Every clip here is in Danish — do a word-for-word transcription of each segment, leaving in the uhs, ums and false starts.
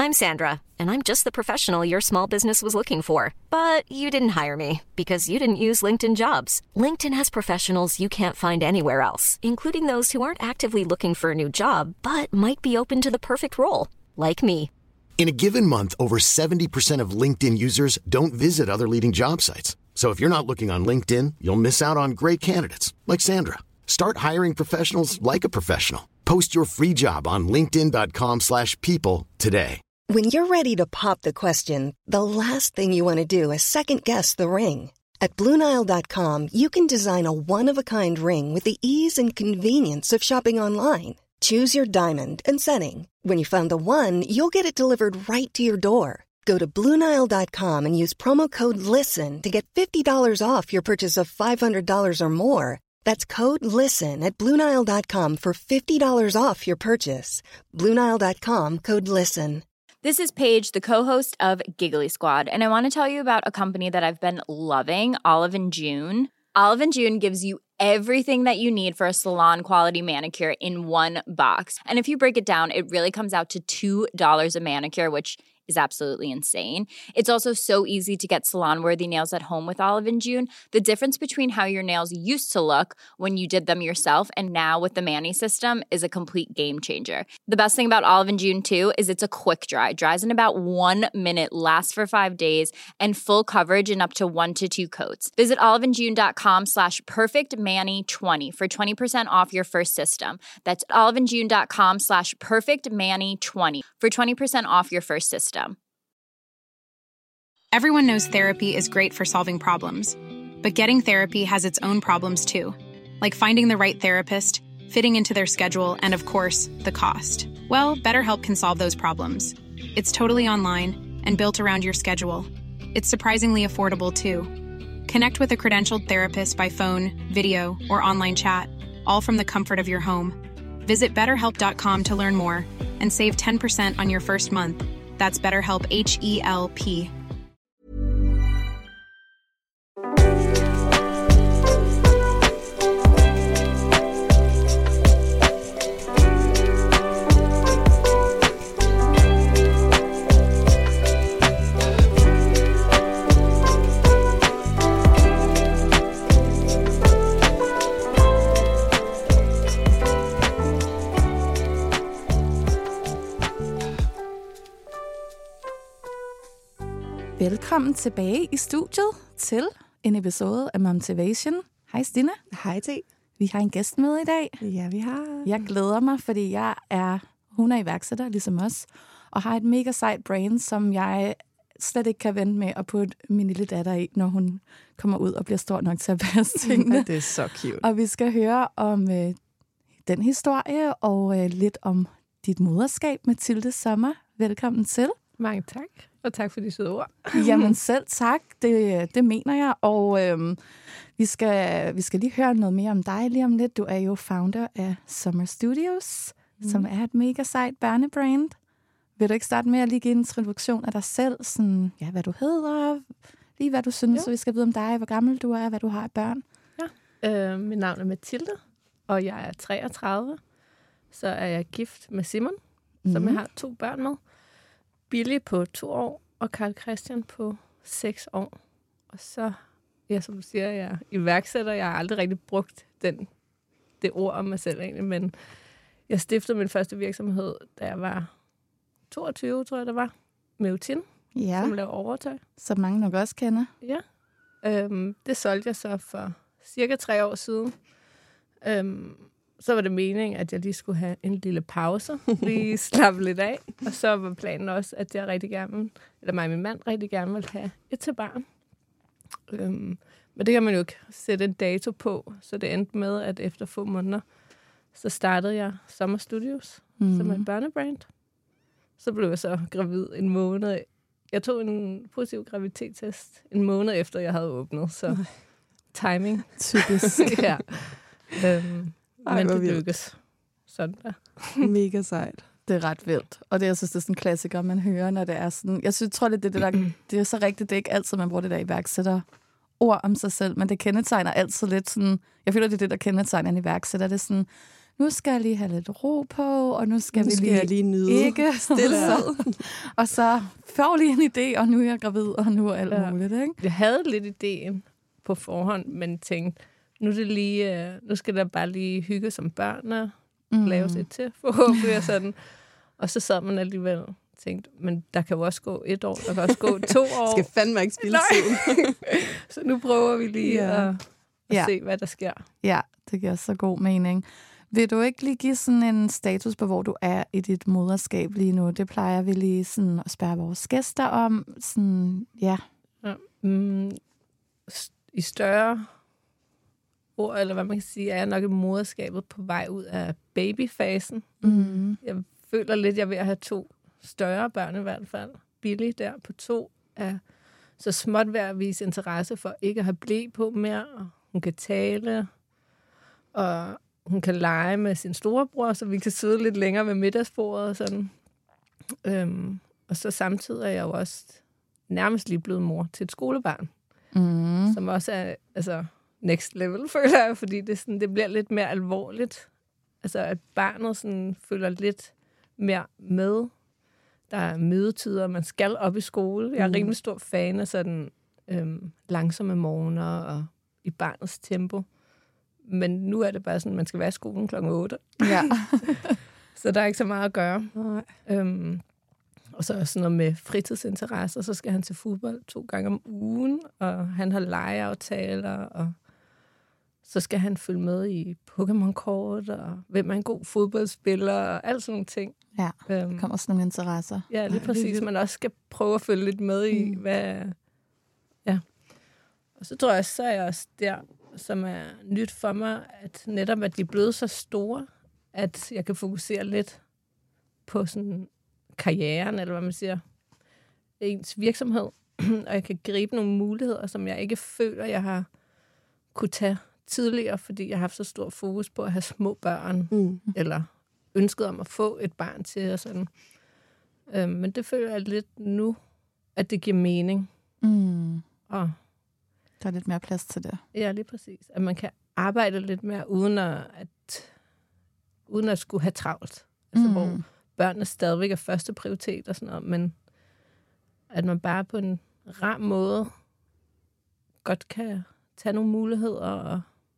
I'm Sandra, and I'm just the professional your small business was looking for. But you didn't hire me because you didn't use LinkedIn Jobs. LinkedIn has professionals you can't find anywhere else, including those who aren't actively looking for a new job, but might be open to the perfect role, like me. In a given month, over seventy percent of LinkedIn users don't visit other leading job sites. So if you're not looking on LinkedIn, you'll miss out on great candidates like Sandra. Start hiring professionals like a professional. Post your free job on linkedin dot com slash people today. When you're ready to pop the question, the last thing you want to do is second-guess the ring. At Blue Nile dot com, you can design a one-of-a-kind ring with the ease and convenience of shopping online. Choose your diamond and setting. When you find the one, you'll get it delivered right to your door. Go to Blue Nile dot com and use promo code LISTEN to get fifty dollars off your purchase of five hundred dollars or more. That's code LISTEN at Blue Nile dot com for fifty dollars off your purchase. Blue Nile dot com, code LISTEN. This is Paige, the co-host of Giggly Squad, and I want to tell you about a company that I've been loving, Olive and June. Olive and June gives you everything that you need for a salon-quality manicure in one box. And if you break it down, it really comes out to two dollars a manicure, which is absolutely insane. It's also so easy to get salon-worthy nails at home with Olive and June. The difference between how your nails used to look when you did them yourself and now with the Mani system is a complete game changer. The best thing about Olive and June, too, is it's a quick dry. Dries in about one minute, lasts for five days, and full coverage in up to one to two coats. Visit oliveandjune.com slash perfectmani20 for twenty percent off your first system. That's oliveandjune.com slash perfectmani20 for twenty percent off your first system. Everyone knows therapy is great for solving problems, but getting therapy has its own problems too, like finding the right therapist, fitting into their schedule, and of course, the cost. Well, BetterHelp can solve those problems. It's totally online and built around your schedule. It's surprisingly affordable too. Connect with a credentialed therapist by phone, video, or online chat, all from the comfort of your home. Visit better help dot com to learn more and save ten percent on your first month. That's BetterHelp, H E L P. Velkommen tilbage i studiet til en episode af Momtivation. Hej Stine. Hej T. Vi har en gæst med i dag. Ja, vi har. Jeg glæder mig, fordi jeg er, hun er iværksætter, ligesom os, og har et mega sejt brain, som jeg slet ikke kan vente med at putte min lille datter i, når hun kommer ud og bliver stor nok til at passe tingene. Det er så cute. Og vi skal høre om øh, den historie og øh, lidt om dit moderskab, Mathilde Sommer. Velkommen til. Mange tak. Og tak for de søde ord. Jamen selv tak, det, det mener jeg. Og øhm, vi, skal, vi skal lige høre noget mere om dig lige om lidt. Du er jo founder af Sommer Studios, mm. som er et mega sejt børnebrand. Vil du ikke starte med at lige give en introduktion af dig selv? Sådan, ja, hvad du hedder, lige hvad du synes, så vi skal vide om dig, hvor gammel du er, hvad du har af børn. Ja, øh, mit navn er Mathilde, og jeg er treogtredive. Så er jeg gift med Simon, mm. som jeg har to børn med. Billy på to år, og Carl Christian på seks år. Og så, ja, som du siger, jeg er iværksætter. Jeg har aldrig rigtig brugt den, det ord om mig selv egentlig, men jeg stiftede min første virksomhed, da jeg var toogtyve, tror jeg, det var, med Utin, ja. som laver overtøj. Som mange nok også kender. Ja. Øhm, det solgte jeg så for cirka tre år siden. Øhm, Så var det meningen, at jeg lige skulle have en lille pause, lige slappe lidt af. Og så var planen også, at jeg rigtig gerne, eller mig og min mand rigtig gerne ville have et til barn. Øhm, men det kan man jo ikke sætte en dato på, så det endte med, at efter få måneder, så startede jeg Sommer Studios, mm. som er et børnebrand. Så blev jeg så gravid en måned. Jeg tog en positiv graviditetstest en måned efter, jeg havde åbnet, så timing. Typisk. Ja. Øhm, Ej, men det lykkes. Sådan der. Mega sejt. Det er ret vildt. Og det, jeg synes, det er sådan en klassiker, man hører, når det er sådan... Jeg synes, tror, det, det, der, det er så rigtigt, det er ikke altid, man bruger det der iværksætter ord om sig selv, men det kendetegner altid lidt sådan... Jeg føler, det er det, der kendetegner en iværksætter. Det er sådan nu skal jeg lige have lidt ro på, og nu skal nu vi skal lige, jeg lige nyde ikke stille. Og så får lige en idé, og nu er jeg gravid, og nu er alt ja. muligt, ikke? Jeg havde lidt idéen på forhånd, men tænkte, nu, er det lige, nu skal der bare lige hygge som børn og mm. laves et til, forhåbentlig sådan. Og så sad man alligevel og tænkte, men der kan jo også gå et år, der kan også gå to år. Skal fandme ikke spille tiden. Så nu prøver vi lige ja. at, at ja. se, hvad der sker. Ja, det giver så god mening. Vil du ikke lige give sådan en status på, hvor du er i dit moderskab lige nu? Det plejer vi lige sådan at spørge vores gæster om. Sådan, ja. ja. Mm, I større ord, eller hvad man kan sige, er jeg nok i moderskabet på vej ud af babyfasen. Mm. Jeg føler lidt, at jeg er ved at have to større børn i hvert fald. Billy der på to er så småt ved at vise interesse for ikke at have blæ på mere. Og hun kan tale, og hun kan lege med sin storebror, så vi kan sidde lidt længere ved middagsbordet og sådan. Øhm, og så samtidig er jeg jo også nærmest lige blevet mor til et skolebarn, mm. som også er altså next level, føler jeg, fordi det, sådan, det bliver lidt mere alvorligt. Altså, at barnet sådan, føler lidt mere med. Der er mødetider, man skal op i skole. Jeg er mm. rimelig stor fan af sådan øhm, langsomme morgener og i barnets tempo. Men nu er det bare sådan, at man skal være i skolen klokken otte. Ja. Så der er ikke så meget at gøre. Øhm, og så sådan noget med fritidsinteresser, så skal han til fodbold to gange om ugen, og han har legeaftaler, og så skal han følge med i Pokémon-kort, og hvem er en god fodboldspiller, og alt sådan nogle ting. Ja, øhm, der kommer også nogle interesser. Ja, lige præcis. Man også skal prøve at følge lidt med i, mm. hvad... Ja. Og så tror jeg, så er jeg også der, som er nyt for mig, at netop at de er blevet så store, at jeg kan fokusere lidt på sådan karrieren, eller hvad man siger, ens virksomhed, og jeg kan gribe nogle muligheder, som jeg ikke føler, jeg har kunne tage tidligere, fordi jeg har haft så stor fokus på at have små børn, mm. eller ønsket om at få et barn til, og sådan. Øhm, men det føler jeg lidt nu, at det giver mening. Mm. Og der er lidt mere plads til det. Ja, lige præcis. At man kan arbejde lidt mere, uden at, at, uden at skulle have travlt. Altså, mm. hvor børnene stadigvæk er første prioritet og sådan noget, men at man bare på en rar måde godt kan tage nogle muligheder og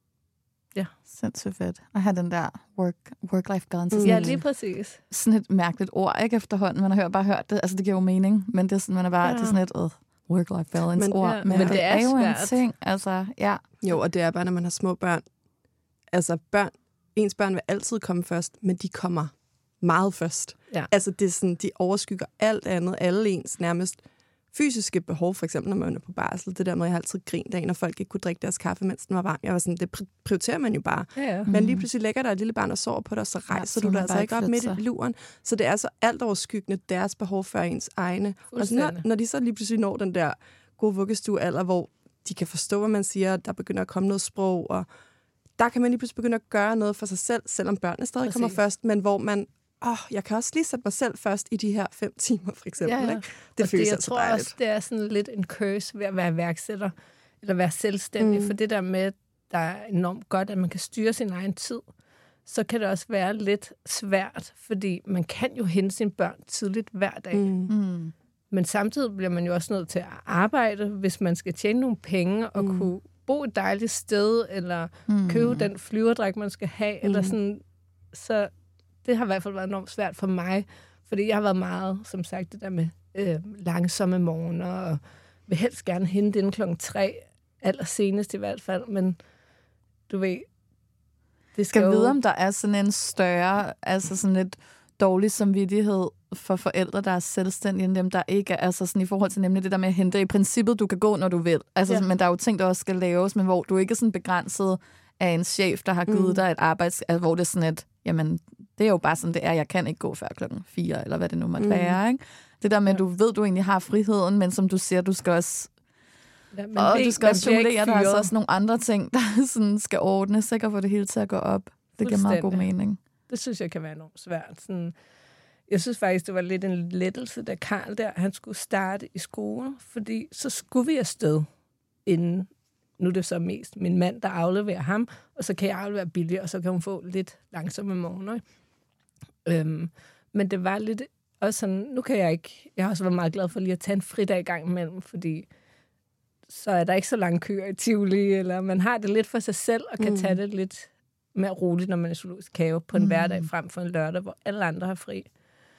ja. Sindssygt fedt. At have den der work, work-life balance. Mm. Ja, lige præcis. Sådan et mærkeligt ord, ikke efterhånden. Man har hørt, bare hørt det. Altså, det giver jo mening, men det er sådan, man er bare, ja. det er sådan et uh, work-life balance men, ord. ja, men, men det er, er jo svært. en ting. Altså, ja. Jo, og det er bare, når man har små børn. Altså, børn, ens børn vil altid komme først, men de kommer meget først. Ja. Altså, det er sådan, de overskygger alt andet, alle ens nærmest fysiske behov, for eksempel når man er på barsel. Det der med, at jeg har altid grint af, når folk ikke kunne drikke deres kaffe, mens den var varm. Jeg var sådan, det prioriterer man jo bare. Ja, ja. Men lige pludselig lægger der et lille barn og sover på dig, så rejser ja, du dig altså ikke op midt i luren. Så det er så alt overskyggende deres behov for ens egne. Og når, når de så lige pludselig når den der gode vuggestuealder, hvor de kan forstå, hvad man siger, der begynder at komme noget sprog, og der kan man lige pludselig begynde at gøre noget for sig selv, selvom børnene stadig Præcis. kommer først, men hvor man åh, oh, jeg kan også lige sætte mig selv først i de her fem timer, for eksempel. Ja, ja. Ikke? Det og føles det, jeg altså tror dejligt. også, det er sådan lidt en curse ved at være iværksætter, eller være selvstændig, mm. for det der med, der er enormt godt, at man kan styre sin egen tid, så kan det også være lidt svært, fordi man kan jo hente sine børn tidligt hver dag. Mm. Mm. Men samtidig bliver man jo også nødt til at arbejde, hvis man skal tjene nogle penge, og mm. kunne bo et dejligt sted, eller mm. købe den flyverdræk, man skal have, mm. eller sådan, så det har i hvert fald været enormt svært for mig, fordi jeg har været meget, som sagt, det der med øh, langsomme morgener, og vil helst gerne hente inden klokken tre, allersenest i hvert fald, men du ved, det skal jeg jo... vide, om der er sådan en større, altså sådan lidt dårlig samvittighed for forældre, der er selvstændige, end dem, der ikke er, altså sådan i forhold til nemlig det der med at hente. I princippet, du kan gå, når du vil. Altså, ja. Men der er jo ting, der også skal laves, men hvor du ikke er sådan begrænset af en chef, der har givet mm. dig et arbejds... Altså, hvor det er sådan et, jamen, det er jo bare sådan, det er, jeg kan ikke gå før klokken fire, eller hvad det nu måtte mm. være, ikke? Det der med, at du ved, du egentlig har friheden, men som du siger, du skal også... Ja, og du skal også jonglere, der er altså også nogle andre ting, der sådan skal ordnes, ikke? Og få det hele til at gå op. Det giver meget god mening. Det synes jeg kan være enormt svært. Sådan, jeg synes faktisk, det var lidt en lettelse, da Karl der, han skulle starte i skole, fordi så skulle vi afsted inden nu er det så mest min mand, der afleverer ham, og så kan jeg aflevere billigt, og så kan hun få lidt langsomme morgener. Øhm, men det var lidt også sådan, nu kan jeg ikke, jeg har også været meget glad for lige at tage en fridag i gang imellem, fordi så er der ikke så lange køer i Tivoli, eller man har det lidt for sig selv, og kan mm. tage det lidt mere roligt, når man er zoologisk have på en mm. hverdag, frem for en lørdag, hvor alle andre har fri.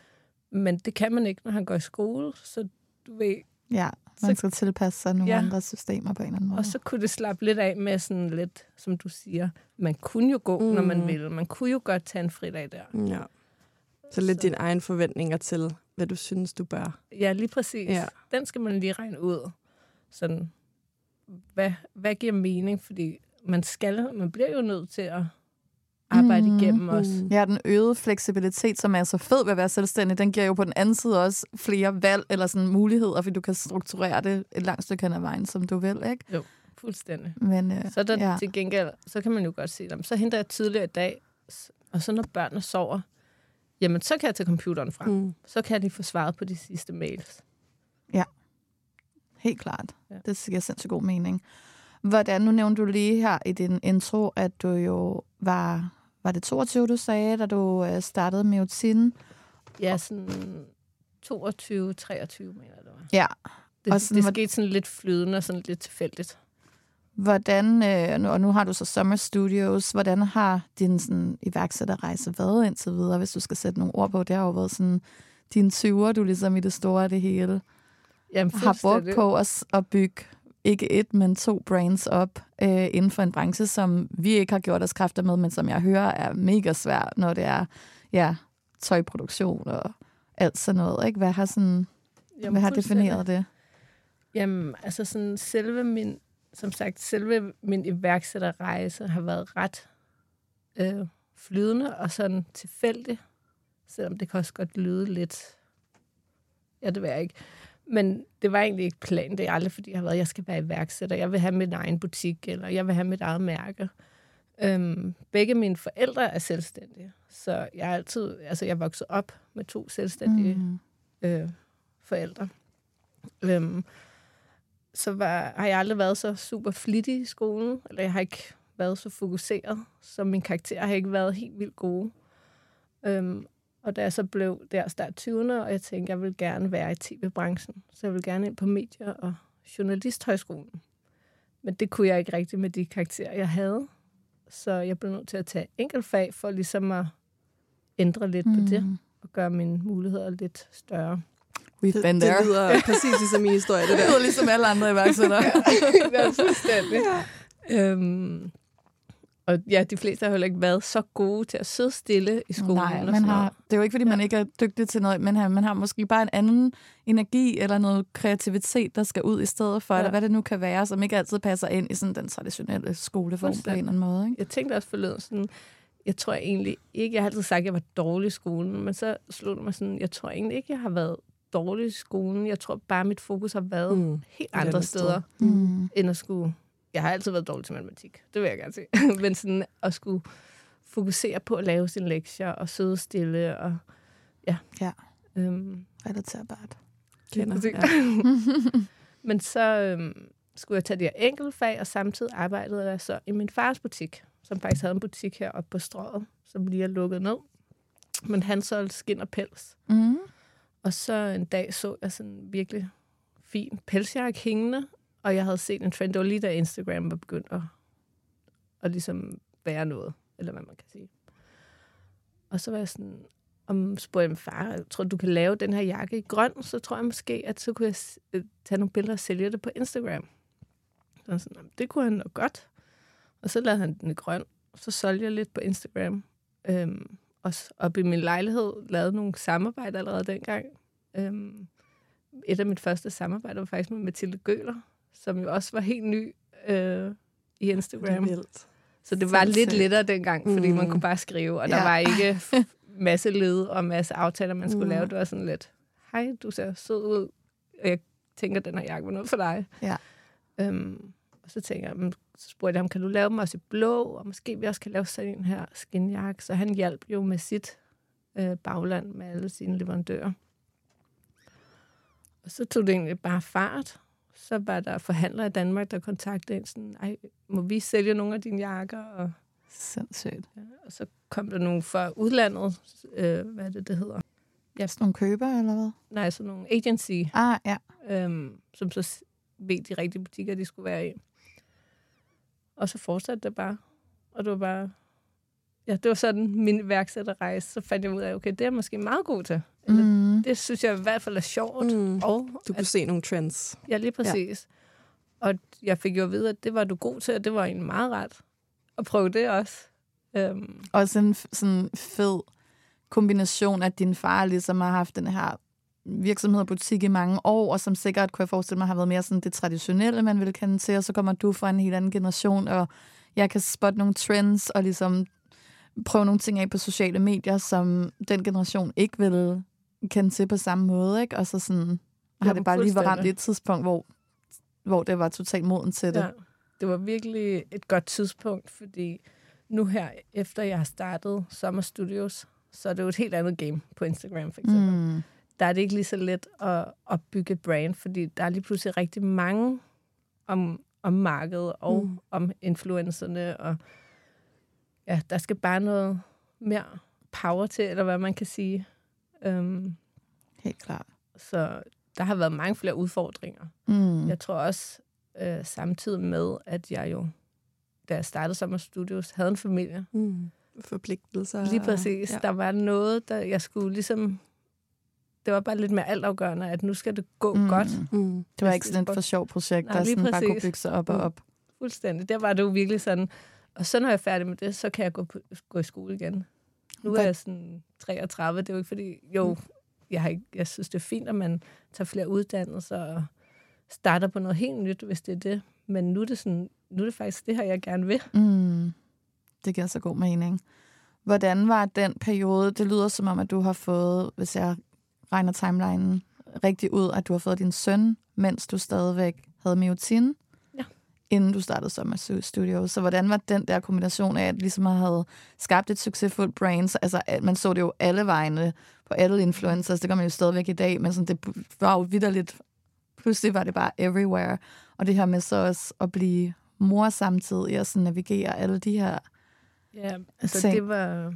Men det kan man ikke, når han går i skole, så du ved... Ja, man skal så, tilpasse sig nogle ja. andre systemer på en eller anden måde. Og så kunne det slappe lidt af med sådan lidt, som du siger, man kunne jo gå, mm. når man ville. Man kunne jo godt tage en fridag der. Ja. Så lidt så. Dine egne forventninger til, hvad du synes, du bør. Ja, lige præcis. Ja. Den skal man lige regne ud. Sådan, hvad, hvad giver mening? Fordi man skal, man bliver jo nødt til at arbejde mm. igennem os. Ja, den øgede fleksibilitet, som er så fed ved at være selvstændig, den giver jo på den anden side også flere valg eller sådan muligheder, fordi du kan strukturere det et langt stykke hen ad vejen, som du vil, ikke? Jo, fuldstændig. Men, øh, så der ja. til gengæld, så kan man jo godt sige, så henter jeg tidligere i dag, og så når børnene sover, jamen så kan jeg tage computeren frem. Mm. Så kan de få svaret på de sidste mails. Ja, helt klart. Ja. Det giver sindssygt god mening. Hvordan, nu nævnte du lige her i din intro, at du jo var, var det toogtyve, du sagde, da du startede med Utsin? Ja, sådan toogtyve treogtyve, mener jeg, det var. Ja. Det, og sådan, det skete sådan lidt flydende og sådan lidt tilfældigt. Hvordan, øh, og nu har du så Summer Studios, hvordan har din sådan, iværksætterrejse været indtil videre, hvis du skal sætte nogle ord på? Det har jo været sådan dine tyver, du ligesom i det store af det hele Jamen, har brugt på at, at bygge ikke et, men to brands op øh, inden for en branche, som vi ikke har gjort os kræfter med, men som jeg hører er mega svært, når det er ja, tøjproduktion og alt sådan noget. Ikke? Hvad har, sådan, Jamen, hvad har defineret det? Jamen, altså sådan selve min, som sagt, selve min iværksætterrejse har været ret øh, flydende og sådan tilfældig, selvom det kan også godt lyde lidt, ja, det ved jeg ikke. Men det var egentlig ikke planen. Det er aldrig, fordi jeg har været, jeg skal være iværksætter. Jeg vil have min egen butik, eller jeg vil have mit eget mærke. Øhm, begge mine forældre er selvstændige. Så jeg er altid, altså jeg er vokset op med to selvstændige mm. øh, forældre. Øhm, så var, har jeg aldrig været så super flittig i skolen, eller jeg har ikke været så fokuseret, så mine karakterer har ikke været helt vildt gode. Øhm, Og da jeg så blev der start tyverne, og jeg tænkte, jeg vil gerne være i tv-branchen. Så jeg vil gerne ind på medier- og journalisthøjskolen. Men det kunne jeg ikke rigtig med de karakterer, jeg havde. Så jeg blev nødt til at tage enkeltfag for ligesom at ændre lidt mm. på det, og gøre mine muligheder lidt større. We've been there. Det lyder præcis ligesom i historie, det der. Det lyder ligesom alle andre iværksættere. Det er fuldstændig. Ja. Øhm, Og ja, de fleste har heller ikke været så gode til at sidde stille i skolen. Nej, man har, det er jo ikke, fordi ja. man ikke er dygtig til noget, men man har måske bare en anden energi eller noget kreativitet, der skal ud i stedet for, ja. eller hvad det nu kan være, som ikke altid passer ind i sådan den traditionelle skoleform på en eller anden måde. Ikke? Jeg tænkte også forleden sådan, jeg tror egentlig ikke, jeg har altid sagt, at jeg var dårlig i skolen, men så slog det mig sådan, jeg tror egentlig ikke, jeg har været dårlig i skolen. Jeg tror bare, mit fokus har været mm. helt andre steder, mm. end at skulle... Jeg har altid været dårlig til matematik. Det vil jeg gerne sige. Men sådan at skulle fokusere på at lave sine lektier og sidde stille og ja. Ja. Øhm, Relaterbart. Kender. Ja. Men så øhm, skulle jeg tage de her enkeltfag, og samtidig arbejdede jeg så i min fars butik, som faktisk havde en butik heroppe på Strøget, som lige er lukket ned. Men han solgte skin og pels. Mm. Og så en dag så jeg sådan virkelig fin pelsjakke hængende, og jeg havde set en trend, det var lige da Instagram var begyndt at, at ligesom være noget, eller hvad man kan sige. Og så var jeg sådan, om spurgte min far, jeg tror, du kan lave den her jakke i grøn, så tror jeg måske, at så kunne jeg tage nogle billeder og sælge det på Instagram. Så jeg sådan, det kunne han nok godt. Og så lavede han den i grøn, og så solgte jeg lidt på Instagram. Øhm, og op i min lejlighed lavede nogle samarbejder allerede dengang. Øhm, et af mit første samarbejder var faktisk med Mathilde Gøler, som jo også var helt ny øh, i Instagram. Det så det var lidt lettere dengang, fordi mm. man kunne bare skrive, og ja. der var ikke masse led og masse aftaler, man skulle mm. lave. Det var sådan lidt, hej, du ser sød ud, og jeg tænker, den her jakke var noget for dig. Ja. Øhm, og så tænker jeg, så spurgte jeg ham, kan du lave dem også i blå, og måske vi også kan lave sådan en her skinjakke. Så han hjalp jo med sit øh, bagland med alle sine leverandører. Og så tog det egentlig bare fart. så var der forhandlere i Danmark, der kontaktede en sådan, ej, må vi sælge nogle af dine jakker? Og, sindssygt. Ja, og så kom der nogle fra udlandet, øh, hvad er det, det hedder? Ja, sådan nogle køber, eller hvad? Nej, sådan nogle agency, Ah, ja. øhm, som så ved de rigtige butikker, de skulle være i. Og så fortsatte det bare. Og det var bare... Ja, det var sådan min iværksætterrejse. Så fandt jeg ud af, okay, det er jeg måske meget god til. Eller, Mm. det synes jeg i hvert fald er sjovt. Mm. Og Du kunne at, se nogle trends. ja, lige præcis. Ja. Og jeg fik jo at vide, at det var du god til, og det var egentlig meget ret at prøve det også. Um, Også en f- sådan fed kombination, at din far ligesom har haft den her virksomhed og butik i mange år, og som sikkert, kunne jeg forestille mig, har været mere sådan det traditionelle, man ville kende til, og så kommer du fra en helt anden generation, og jeg kan spotte nogle trends, og ligesom prøve nogle ting af på sociale medier, som den generation ikke ville kende til på samme måde, ikke? Og så sådan, har det bare lige været ramt i et tidspunkt, hvor, hvor det var totalt moden til det. Ja, det var virkelig et godt tidspunkt, fordi nu her, efter jeg har startet Summer Studios, så er det jo et helt andet game på Instagram, for eksempel. Mm. Der er det ikke lige så let at opbygge et brand, fordi der er lige pludselig rigtig mange om, om markedet og mm. om influencerne, og ja, der skal bare noget mere power til, eller hvad man kan sige. Um, Helt klart. så der har været mange flere udfordringer. Mm. Jeg tror også, øh, samtidig med, at jeg jo, da jeg startede Summer Studios, havde en familie. Mm. Forpligtelser. Lige præcis. Ja. Der var noget, der jeg skulle ligesom... Det var bare lidt mere altafgørende, at nu skal det gå Mm. godt. Mm. Det var ikke sådan et for sjovt projekt, Nej, der lige sådan bare præcis. kunne bygge sig op og op. Fuldstændig. Der var det jo virkelig sådan... Og så når jeg er færdig med det, så kan jeg gå, på, gå i skole igen. Nu er jeg sådan treogtredive. Det er jo ikke fordi... Jo, jeg, har ikke, jeg synes, det er fint, at man tager flere uddannelser og starter på noget helt nyt, hvis det er det. Men nu er det, sådan, nu er det faktisk det her, jeg gerne vil. Mm. Det giver så god mening. Hvordan var den periode? Det lyder som om, at du har fået, hvis jeg regner timelinen rigtig ud, at du har fået din søn, mens du stadigvæk havde Meotin, ja. inden du startede Summer Studios. Så hvordan var den der kombination af, at ligesom man havde skabt et succesfuldt brand? Altså, man så det jo alle vegne på alle influencers, det gør man jo stadigvæk i dag, men sådan, det var jo vitterligt, pludselig var det bare everywhere. Og det her med så også at blive mor samtidig, og sådan navigere alle de her Ja, altså ting. det var,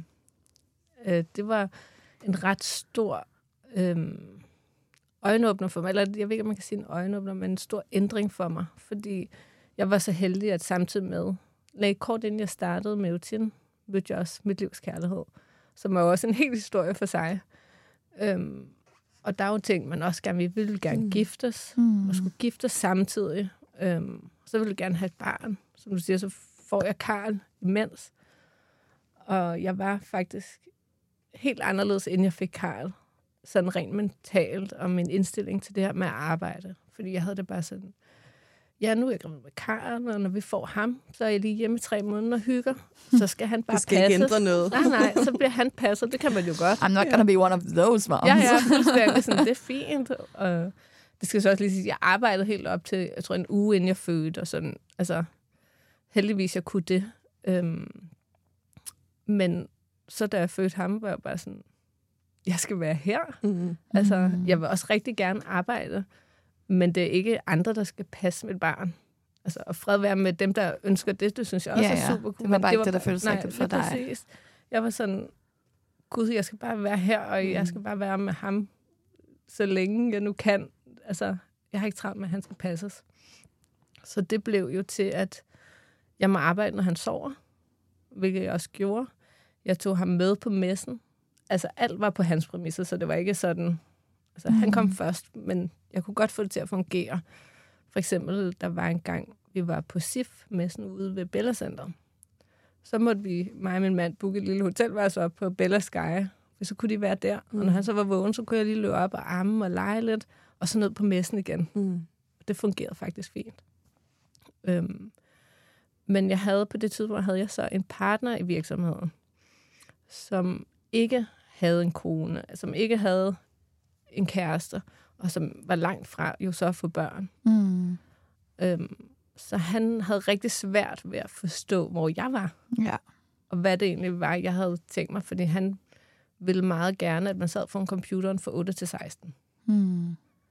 øh, det var en ret stor øh, øjenåbner for mig, eller jeg ved ikke, om man kan sige en øjenåbner, men en stor ændring for mig, fordi jeg var så heldig, at samtidig med, lagde kort inden jeg startede med Meotin, mødte jeg også mit livs kærlighed, som er jo også en hel historie for sig. Øhm, og der er jo ting, man også gerne vil, vil gerne mm. giftes, mm. og skulle giftes samtidig. Øhm, så ville jeg gerne have et barn. Som du siger, så får jeg Karl imens. Og jeg var faktisk helt anderledes, inden jeg fik Karl. Sådan rent mentalt, og min indstilling til det her med at arbejde. Fordi jeg havde det bare sådan, ja, nu er jeg gravid med Karl, og når vi får ham, så er jeg lige hjemme i tre måneder og hygger. Så skal han bare det skal passes. ikke ændre noget. Nej, nej, så bliver han passet. Det kan man jo godt. I'm not gonna be one of those moms. Ja, ja, fuldstændig. Sådan, det er fint. Og det skal så også lige sige, jeg arbejdede helt op til, jeg tror, en uge inden jeg fødte, og sådan, altså, heldigvis jeg kunne det. Øhm, men så da jeg fødte ham, var jeg bare sådan, jeg skal være her. Mm. Altså, jeg vil også rigtig gerne arbejde, men det er ikke andre, der skal passe mit barn. Altså, og fred være med dem, der ønsker det, det synes jeg også ja, er ja. super cool. Det var bare det ikke var det, der bare, føltes nej, rigtigt for dig. Præcis. Jeg var sådan, gud, jeg skal bare være her, og mm. jeg skal bare være med ham, så længe jeg nu kan. Altså, jeg har ikke travlt med, at han skal passes. Så det blev jo til, at jeg må arbejde, når han sover, hvilket jeg også gjorde. Jeg tog ham med på messen. Altså, alt var på hans præmisser, så det var ikke sådan... Altså, mm. han kom først, men jeg kunne godt få det til at fungere. For eksempel, der var en gang, vi var på S I F-messen ude ved Bella Center. Så måtte vi, mig og min mand, booke et lille hotelværelse op på Bella Sky, for så kunne de være der. Mm. Og når han så var vågen, så kunne jeg lige løbe op og arme og lege lidt, og så ned på messen igen. Mm. Det fungerede faktisk fint. Øhm, men jeg havde på det tidspunkt, havde jeg så en partner i virksomheden, som ikke havde en kone, som ikke havde en kæreste, og som var langt fra jo så at få børn. Mm. Øhm, så han havde rigtig svært ved at forstå, hvor jeg var. Ja. Og hvad det egentlig var, jeg havde tænkt mig, fordi han ville meget gerne, at man sad foran computeren fra otte til seksten. Mm.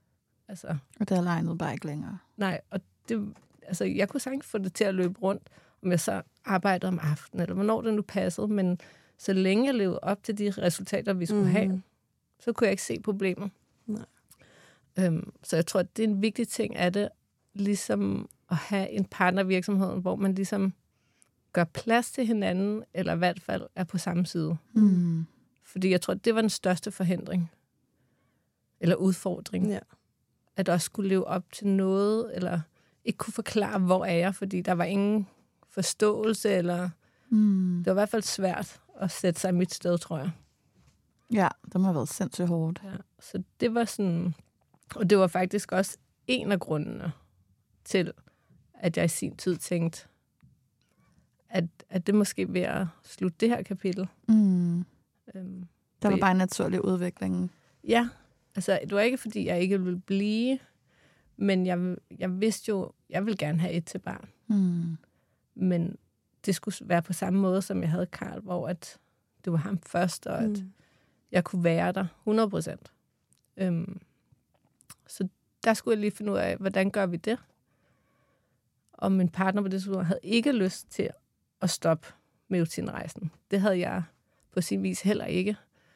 Altså, og det legnede bare ikke længere. Nej, og det, altså, jeg kunne sagtens få det til at løbe rundt, om jeg så arbejdede om aftenen, eller hvornår det nu passede, men så længe jeg levede op til de resultater, vi skulle mm. have, så kunne jeg ikke se problemet. Nej. Øhm, så jeg tror, at det er en vigtig ting af det, ligesom at have en partnervirksomhed, hvor man ligesom gør plads til hinanden, eller i hvert fald er på samme side. Mm. Fordi jeg tror, at det var den største forhindring, eller udfordring. Ja. At også skulle leve op til noget, eller ikke kunne forklare, hvor er jeg, fordi der var ingen forståelse, eller mm. det var i hvert fald svært at sætte sig i mit sted, tror jeg. Ja, det må have været sindssygt hårdt. Ja, så det var sådan, og det var faktisk også en af grundene til, at jeg i sin tid tænkte, at, at det måske ved at slutte det her kapitel. Mm. Øhm, der var bare en naturlig udvikling. Ja, altså det var ikke, fordi jeg ikke ville blive, men jeg, jeg vidste jo, jeg ville gerne have et til barn. Mm. Men det skulle være på samme måde, som jeg havde Karl, hvor at det var ham først, og at mm. jeg kunne være der hundrede procent. Øhm, så der skulle jeg lige finde ud af, hvordan gør vi det? Og min partner på det tidspunkt havde ikke lyst til at stoppe Meotin-rejsen. Det havde jeg på sin vis heller ikke.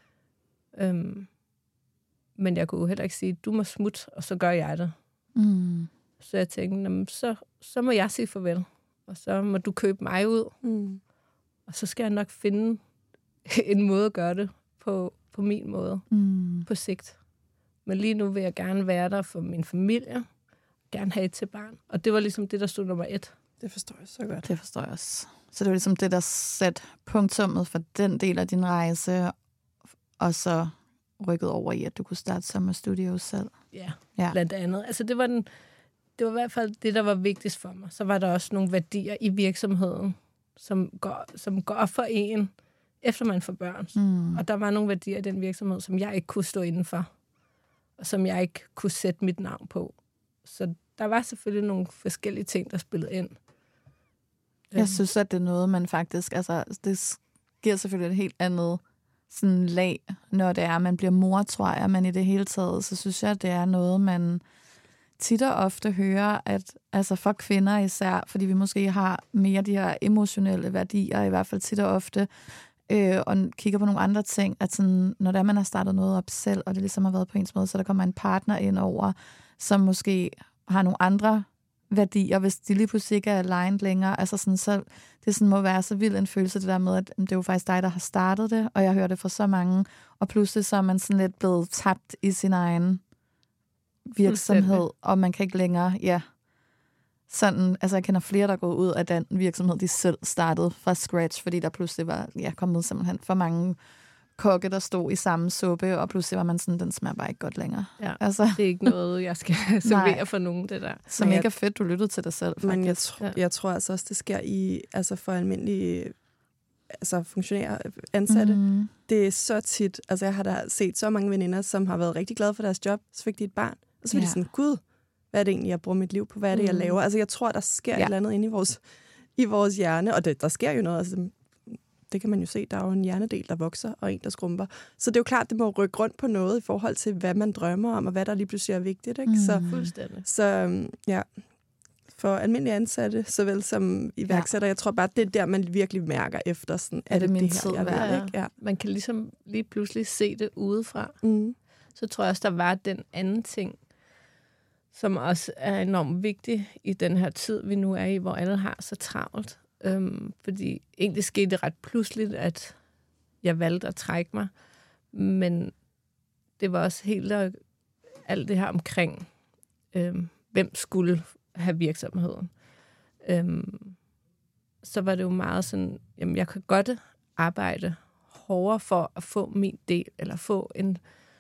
Øhm, men jeg kunne jo heller ikke sige, du må smutte, og så gør jeg det. Mm. Så jeg tænkte, så, så må jeg sige farvel. Og så må du købe mig ud. Mm. Og så skal jeg nok finde en måde at gøre det på, på min måde. Mm. På sigt. Men lige nu vil jeg gerne være der for min familie. Gerne have et til barn. Og det var ligesom det, der stod nummer et. Det forstår jeg så godt. Det forstår jeg også. Så det var ligesom det, der satte punktummet for den del af din rejse, og så rykket over i, at du kunne starte Summer Studios selv. Ja, ja. Blandt andet. Altså det var, den, det var i hvert fald det, der var vigtigst for mig. Så var der også nogle værdier i virksomheden, som går, som går op for en, efter man får børn. Mm. Og der var nogle værdier i den virksomhed, som jeg ikke kunne stå indenfor, og som jeg ikke kunne sætte mit navn på. Så der var selvfølgelig nogle forskellige ting, der spillede ind. Jeg synes, at det er noget, man faktisk... Altså, det giver selvfølgelig et helt andet sådan lag, når det er, at man bliver mor, tror jeg. Men i det hele taget, så synes jeg, at det er noget, man tit og ofte hører, at altså for kvinder især, fordi vi måske har mere de her emotionelle værdier, i hvert fald tit og ofte, øh, og kigger på nogle andre ting, at sådan, når det er, man har startet noget op selv, og det ligesom har været på ens måde, så der kommer en partner ind over, som måske har nogle andre værdier, hvis de lige pludselig ikke er aligned længere. Altså sådan, så det sådan må være så vild en følelse, det der med, at det er jo faktisk dig, der har startet det, og jeg hører det fra så mange, og pludselig så er man sådan lidt blevet tabt i sin egen virksomhed, og man kan ikke længere, ja, sådan, altså jeg kender flere, der går ud af den virksomhed, de selv startede fra scratch, fordi der pludselig var, ja, kommet simpelthen for mange kokke, der stod i samme suppe, og pludselig var man sådan, den smager bare ikke godt længere. Ja, altså, det er ikke noget, jeg skal servere for nogen, det der. Som ikke er fedt, du lyttede til dig selv, faktisk. Men jeg, tr- jeg tror altså også, det sker i, altså for almindelige altså funktionærer, ansatte. Mm. Det er så tit, altså jeg har da set så mange veninder, som har været rigtig glade for deres job, så fik de et barn, og så var ja. de sådan, gud, hvad er det egentlig, jeg bruger mit liv på? Hvad er det, jeg laver? Altså jeg tror, der sker ja. et eller andet inde i vores, i vores hjerne, og det, der sker jo noget, altså det kan man jo se, der er jo en hjernedel, der vokser, og en, der skrumper. Så det er jo klart, det må rykke rundt på noget i forhold til, hvad man drømmer om, og hvad der lige pludselig er vigtigt. Ikke? Mm. Så, fuldstændig. Så ja, for almindelige ansatte, såvel som iværksætter, ja. jeg tror bare, det er der, man virkelig mærker efter, sådan, er det, det min det tid her, jeg værd, ja. ikke? Ja. Man kan ligesom lige pludselig se det udefra. Mm. Så tror jeg også, der var den anden ting, som også er enormt vigtig i den her tid, vi nu er i, hvor alle har så travlt. Øhm, fordi egentlig skete det ret pludseligt, at jeg valgte at trække mig. Men det var også helt alt det her omkring, øhm, hvem skulle have virksomheden. Øhm, så var det jo meget sådan, jamen jeg kan godt arbejde hårdere for at få min del, eller få en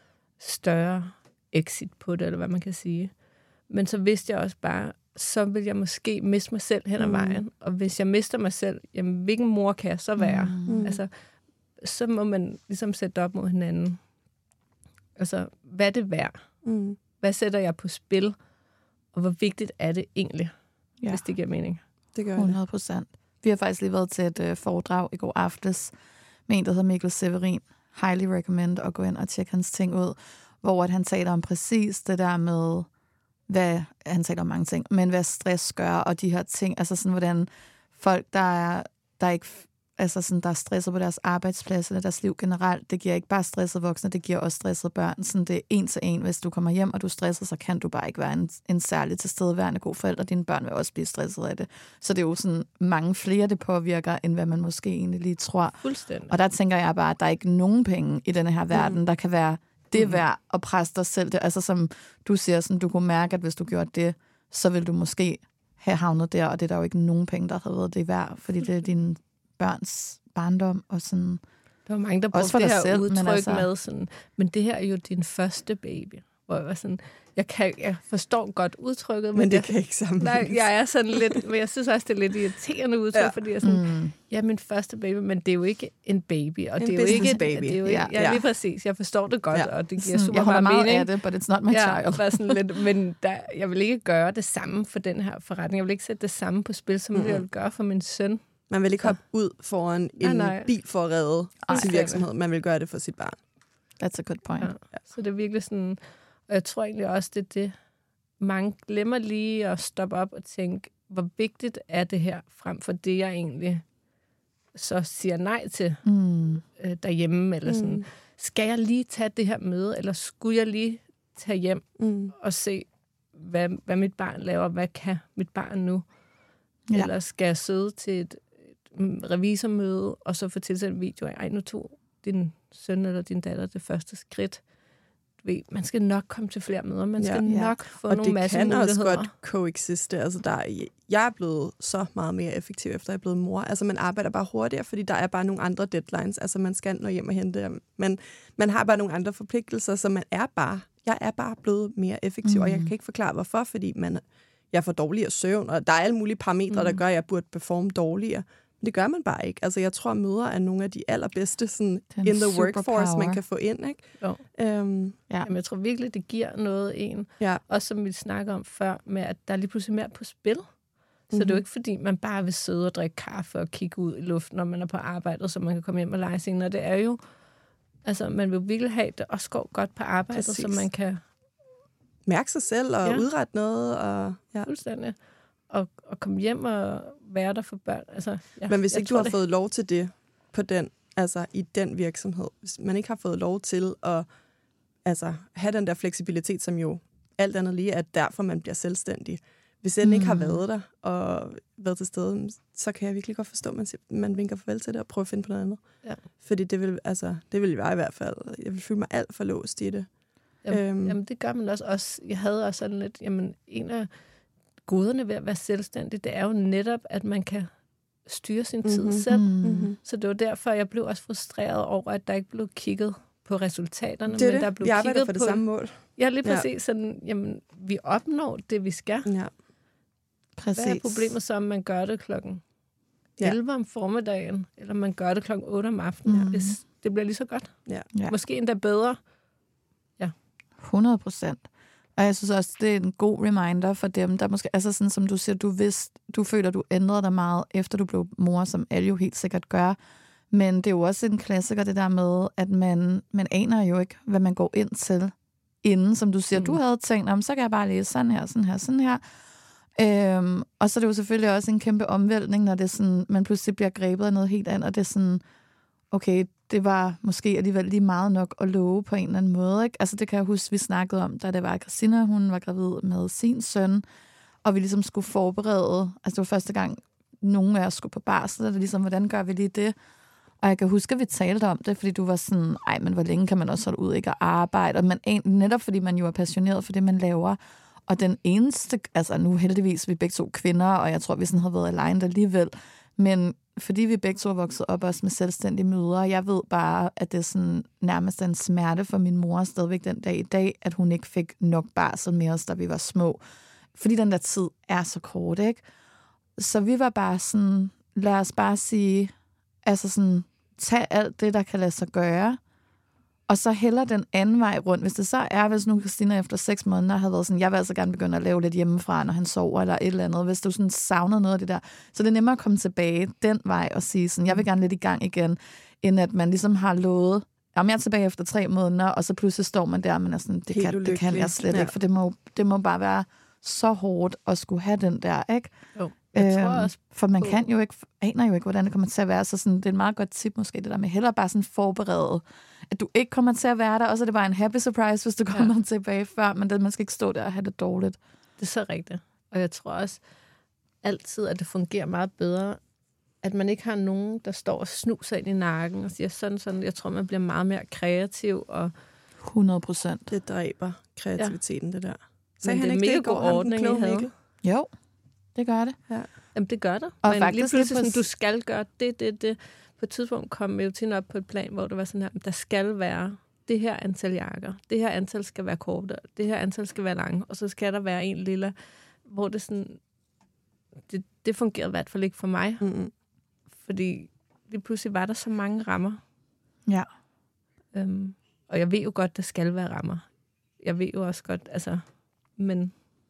større exit på det, eller hvad man kan sige. Men så vidste jeg også bare, så vil jeg måske miste mig selv hen ad vejen. Mm. Og hvis jeg mister mig selv, jamen, hvilken mor kan jeg så være? Mm. Altså, så må man ligesom sætte op mod hinanden. Altså, hvad er det værd? Mm. Hvad sætter jeg på spil? Og hvor vigtigt er det egentlig, ja. hvis det giver mening? Det gør hundrede procent. Vi har faktisk lige været til et uh, foredrag i går aftes med en, der hedder Mikkel Severin. Highly recommend at gå ind og tjekke hans ting ud, hvor at han taler om præcis det der med hvad, han taler om mange ting, men hvad stress gør, og de her ting, altså sådan, hvordan folk, der er, der er ikke, altså sådan, der er stresset på deres arbejdsplads, eller deres liv generelt, det giver ikke bare stresset voksne, det giver også stresset børn. Sådan, det er en til en. Hvis du kommer hjem, og du er stresset, så kan du bare ikke være en, en særlig tilstedeværende god forælder. Dine børn vil også blive stresset af det. Så det er jo sådan mange flere, det påvirker, end hvad man måske egentlig lige tror. Fuldstændig. Og der tænker jeg bare, at der er ikke nogen penge i denne her verden, mm. der kan være det værd at presse dig selv. Det, altså som du siger, sådan, du kunne mærke, at hvis du gjorde det, så vil du måske have havnet der, og det er der jo ikke nogen penge, der har været det værd, fordi det er din børns barndom, og sådan... Der var mange, der brugte det her selv, udtryk men altså... med sådan, men det her er jo din første baby. Hvor jeg var sådan, jeg, kan, jeg forstår godt udtrykket, men, men det jeg, kan ikke sammenlignes. Nej, jeg er sådan lidt, men jeg synes også, det er lidt irriterende udtryk, ja. Fordi jeg er sådan, mm. ja, min første baby, men det er jo ikke en baby, og en det er jo ikke et, baby. Det er jo ja, ja, ja, lige præcis. Jeg forstår det godt, ja. Og det giver sådan, super meget mening. Jeg holder meget af det, but it's not my ja, child. Sådan lidt, men der, jeg vil ikke gøre det samme for den her forretning. Jeg vil ikke sætte det samme på spil, som mm. jeg vil gøre for min søn. Man vil ikke hoppe ud foran en nej, nej. bil for at redde Ej, sin virksomhed. Man vil gøre det for sit barn. That's a good point. Ja. Ja. Så det er virkelig sådan... Og jeg tror egentlig også, det er det. Mange glemmer lige at stoppe op og tænke, hvor vigtigt er det her, frem for det, jeg egentlig så siger nej til mm. øh, derhjemme. Eller sådan. Mm. Skal jeg lige tage det her møde, eller skulle jeg lige tage hjem mm. og se, hvad, hvad mit barn laver? Hvad kan mit barn nu? Ja. Eller skal jeg sidde til et, et revisormøde, og så få tilsendt en video af, ej, nu tog din søn eller din datter det første skridt. Du ved, man skal nok komme til flere møder, man skal ja, nok ja. få og nogle masse muligheder. Og det kan også godt coexiste. Altså, der er, jeg er blevet så meget mere effektiv, efter jeg er blevet mor. Altså, man arbejder bare hurtigere, fordi der er bare nogle andre deadlines. Altså, man skal nå hjem og hente. Men man har bare nogle andre forpligtelser, så man er bare, jeg er bare blevet mere effektiv, mm. og jeg kan ikke forklare, hvorfor, fordi man... jeg får dårligere søvn, og der er alle mulige parametre, mm. der gør, at jeg burde performe dårligere. Men det gør man bare ikke. Altså, jeg tror, at møder er nogle af de allerbedste sådan, in the workforce, man kan få ind. Ikke? Jo. Øhm, ja. Jamen, jeg tror virkelig, det giver noget en. Ja. Også som vi snakker om før, med at der er lige pludselig mere på spil. Så mm-hmm. det er jo ikke, fordi man bare vil sidde og drikke kaffe og kigge ud i luften, når man er på arbejdet, så man kan komme hjem og lege senere. Det er jo, altså, man vil virkelig have det også går godt på arbejdet, præcis. Så man kan mærke sig selv og ja. udrette noget. Og, ja. Fuldstændig. Og, og komme hjem og være der for børn. Altså, ja, men hvis ikke du har det. fået lov til det på den, altså i den virksomhed, hvis man ikke har fået lov til at altså, have den der fleksibilitet, som jo alt andet lige er derfor, man bliver selvstændig. Hvis den mm. ikke har været der og været til stede, så kan jeg virkelig godt forstå, at man, man vinker farvel til det og prøver at finde på noget andet. Ja. Fordi det vil, altså, det vil være i hvert fald, jeg vil føle mig alt for låst i det. Jamen, øhm. jamen det gør man også. også. Jeg havde også sådan lidt, jamen en af goderne ved at være selvstændig, det er jo netop, at man kan styre sin tid mm-hmm. selv. Mm-hmm. Så det var derfor, jeg blev også frustreret over, at der ikke blev kigget på resultaterne. Det er men det. Der blev vi arbejder kigget for det på, samme mål. Ja, lige præcis. Ja. Sådan, jamen, vi opnår det, vi skal. Ja. Præcis. Hvad er problemet så, om man gør det klokken ja. elleve om formiddagen, eller man gør det klokken otte om aftenen, mm. hvis det bliver lige så godt. Ja. Ja. Måske endda bedre. Ja. hundrede procent. Og jeg synes også, det er en god reminder for dem, der måske, altså sådan som du siger, du vidste, du føler, du ændrede dig meget, efter du blev mor, som alle jo helt sikkert gør. Men det er jo også en klassiker, det der med, at man, man aner jo ikke, hvad man går ind til inden, som du siger, mm. du havde tænkt, om så kan jeg bare læse sådan her, sådan her, sådan her. Øhm, og så er det jo selvfølgelig også en kæmpe omvæltning, når det er sådan, man pludselig bliver grebet af noget helt andet, og det er sådan, okay, det var måske alligevel lige meget nok at love på en eller anden måde, ikke? Altså det kan jeg huske, vi snakkede om, da det var Christina, hun var gravid med sin søn, og vi ligesom skulle forberede, altså det var første gang, nogen af os skulle på barsel, og det ligesom, hvordan gør vi lige det? Og jeg kan huske, at vi talte om det, fordi du var sådan, ej, men hvor længe kan man også holde ud, ikke, at arbejde? Og man, netop fordi man jo er passioneret for det, man laver. Og den eneste, altså nu heldigvis, vi er begge to kvinder, og jeg tror, vi sådan har været alene alligevel, men fordi vi begge to er vokset op også med selvstændige mødre, jeg ved bare, at det er sådan nærmest en smerte for min mor stadigvæk den dag i dag, at hun ikke fik nok barsel med os, da vi var små. Fordi den der tid er så kort, ikke? Så vi var bare sådan, lad os bare sige, altså sådan, tag alt det, der kan lade sig gøre, og så heller den anden vej rundt. Hvis det så er, hvis nu Christina efter seks måneder havde været sådan, jeg vil altså gerne begynde at lave lidt hjemmefra, når han sover, eller et eller andet. Hvis du sådan savner noget af det der, så det er nemmere at komme tilbage den vej og sige sådan, jeg vil gerne lidt i gang igen, end at man ligesom har lovet, jamen, jeg er tilbage efter tre måneder, og så pludselig står man der, og man er sådan, det, kan, det kan jeg slet ja. ikke, for det må, det må bare være så hårdt at skulle have den der, ikke? Jo, jeg tror øhm, også. For man kan jo ikke, aner jo ikke, hvordan det kommer til at være, så sådan, det er et meget godt tip måske, det der med hellere bare sådan forberede, at du ikke kommer til at være der, og så er det bare en happy surprise, hvis du kommer ja. tilbage før, men det, man skal ikke stå der og have det dårligt. Det er så rigtigt. Og jeg tror også altid, at det fungerer meget bedre, at man ikke har nogen, der står og snuser ind i nakken og siger sådan, sådan. Jeg tror, man bliver meget mere kreativ. Og hundrede procent. Det dræber kreativiteten, ja. det der. Så men det er mega god ordning, I havde. Jo, det gør det. Ja. Jamen, det gør det. Og men faktisk lige pludselig sådan, du skal gøre det, det, det. På et tidspunkt kom Eugenie op på et plan, hvor det var sådan her, der skal være det her antal jakker, det her antal skal være korte, det her antal skal være lange, og så skal der være en lille, hvor det sådan, det, det fungerede i hvert fald ikke for mig. Mm-hmm. Fordi lige pludselig var der så mange rammer. Ja. Øhm, og jeg ved jo godt, der skal være rammer. Jeg ved jo også godt, altså, men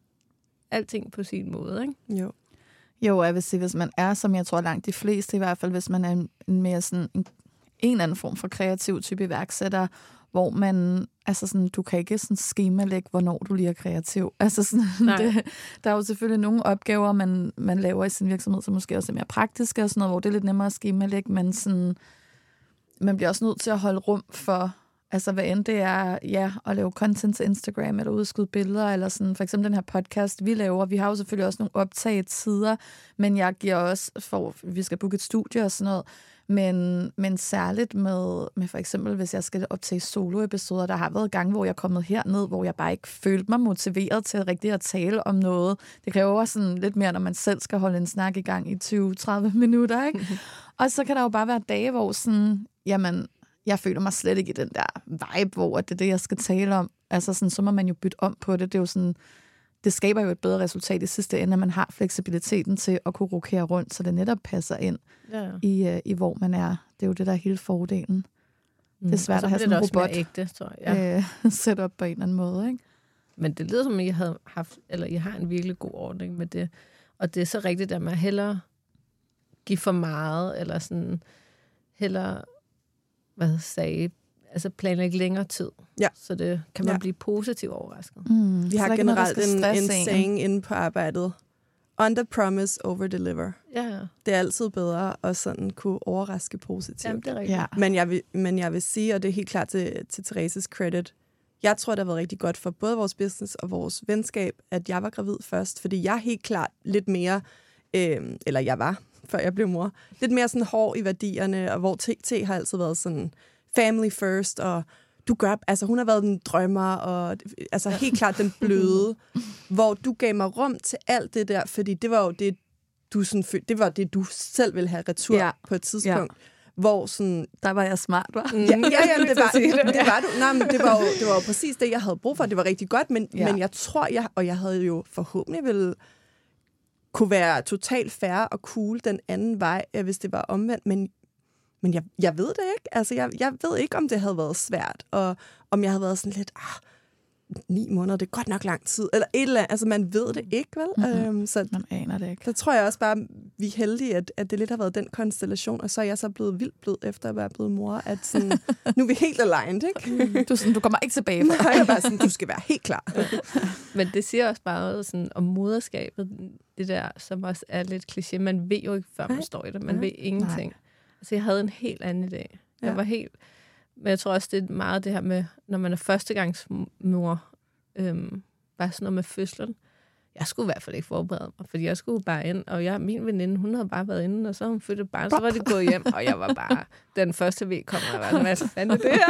alting på sin måde, ikke? Jo. Jo, jeg vil sige, hvis man er, som jeg tror langt de fleste, i hvert fald hvis man er en, en mere sådan, en, en eller anden form for kreativ type iværksætter, hvor man, altså sådan, du kan ikke sådan skemalægge, hvornår du lige er kreativ. Altså sådan, det, der er jo selvfølgelig nogle opgaver, man, man laver i sin virksomhed, som måske også er mere praktiske og sådan noget, hvor det er lidt nemmere at skemalægge, men sådan, man bliver også nødt til at holde rum for, altså hvad end det er, ja, at lave content til Instagram, eller udskyde billeder, eller sådan, for eksempel den her podcast, vi laver, vi har jo selvfølgelig også nogle optagetider, men jeg giver også, for vi skal booke et studie og sådan noget, Men, men særligt med, med for eksempel, hvis jeg skal optage soloepisoder, der har været gange, hvor jeg er kommet herned, hvor jeg bare ikke følte mig motiveret til rigtig at tale om noget. Det kræver sådan lidt mere, når man selv skal holde en snak i gang i tyve til tredive minutter, ikke? Og så kan der jo bare være dage, hvor sådan, jamen, jeg føler mig slet ikke i den der vibe, hvor det er det, jeg skal tale om. Altså sådan, så må man jo bytte om på det. Det er jo sådan, det skaber jo et bedre resultat i sidste ende, at man har fleksibiliteten til at kunne rokere rundt, så det netop passer ind ja. i, uh, i, hvor man er. Det er jo det, der er hele fordelen. Mm. Det er svært at have sådan en robot ægte, tror jeg. Ja. Øh, sætte op på en eller anden måde, ikke? Men det lyder som, at I, havde haft, eller I har en virkelig god ordning med det. Og det er så rigtigt, at man hellere give for meget, eller sådan hellere, hvad sagde, altså planlægge længere tid. Ja. Så det kan man ja. blive positivt overrasket. Mm, Vi har generelt en, en saying inde på arbejdet. Under promise, over deliver. Ja. Det er altid bedre at sådan kunne overraske positivt. Jamen, det er rigtigt. Ja. Men, jeg vil, men jeg vil sige, og det er helt klart til, til Thereses credit, jeg tror, det har været rigtig godt for både vores business og vores venskab, at jeg var gravid først, fordi jeg er helt klart lidt mere, øh, eller jeg var, før jeg blev mor, lidt mere sådan hård i værdierne, og hvor T T har altid været sådan family first, og du gør, altså hun har været den drømmer, og altså helt klart den bløde, hvor du gav mig rum til alt det der, fordi det var jo det, du sådan, det var det, du selv ville have retur ja. på et tidspunkt. Ja. Hvor sådan, der var jeg smart, var. Ja, ja, ja det, var, det var du. Nej, men det var jo, det var jo præcis det, jeg havde brug for. Det var rigtig godt, men, ja. men jeg tror, jeg, og jeg havde jo forhåbentlig ville kunne være totalt fair og cool den anden vej, hvis det var omvendt, men Men jeg, jeg ved det ikke. Altså, jeg, jeg ved ikke, om det havde været svært, og om jeg havde været sådan lidt, ah, ni måneder, det er godt nok lang tid, eller et eller andet. Altså, man ved det ikke, vel? Mm-hmm. Øhm, så man aner det ikke. Der tror jeg også bare, vi er heldige, at, at det lidt har været den konstellation, og så er jeg så blevet vildt blød efter at være blevet mor, at sådan, nu er vi helt aligned, ikke? Du, sådan, du kommer ikke tilbage fra. Nej, jeg er bare sådan, du skal være helt klar. Men det siger også bare sådan, om moderskabet, det der, som også er lidt kliché. Man ved jo ikke, før man står i det. Man Nej. ved ingenting. Nej. Altså, jeg havde en helt anden idé. Jeg ja. var helt... Men jeg tror også, det er meget det her med, når man er førstegangsmor, øhm, bare sådan noget med fødslen. Jeg skulle i hvert fald ikke forberede mig, fordi jeg skulle bare ind, og jeg, min veninde, hun havde bare været inde, og så hun fødte barn, så var de gået hjem, og jeg var bare, den første V kom, og jeg var sådan, hvad fanden er det her?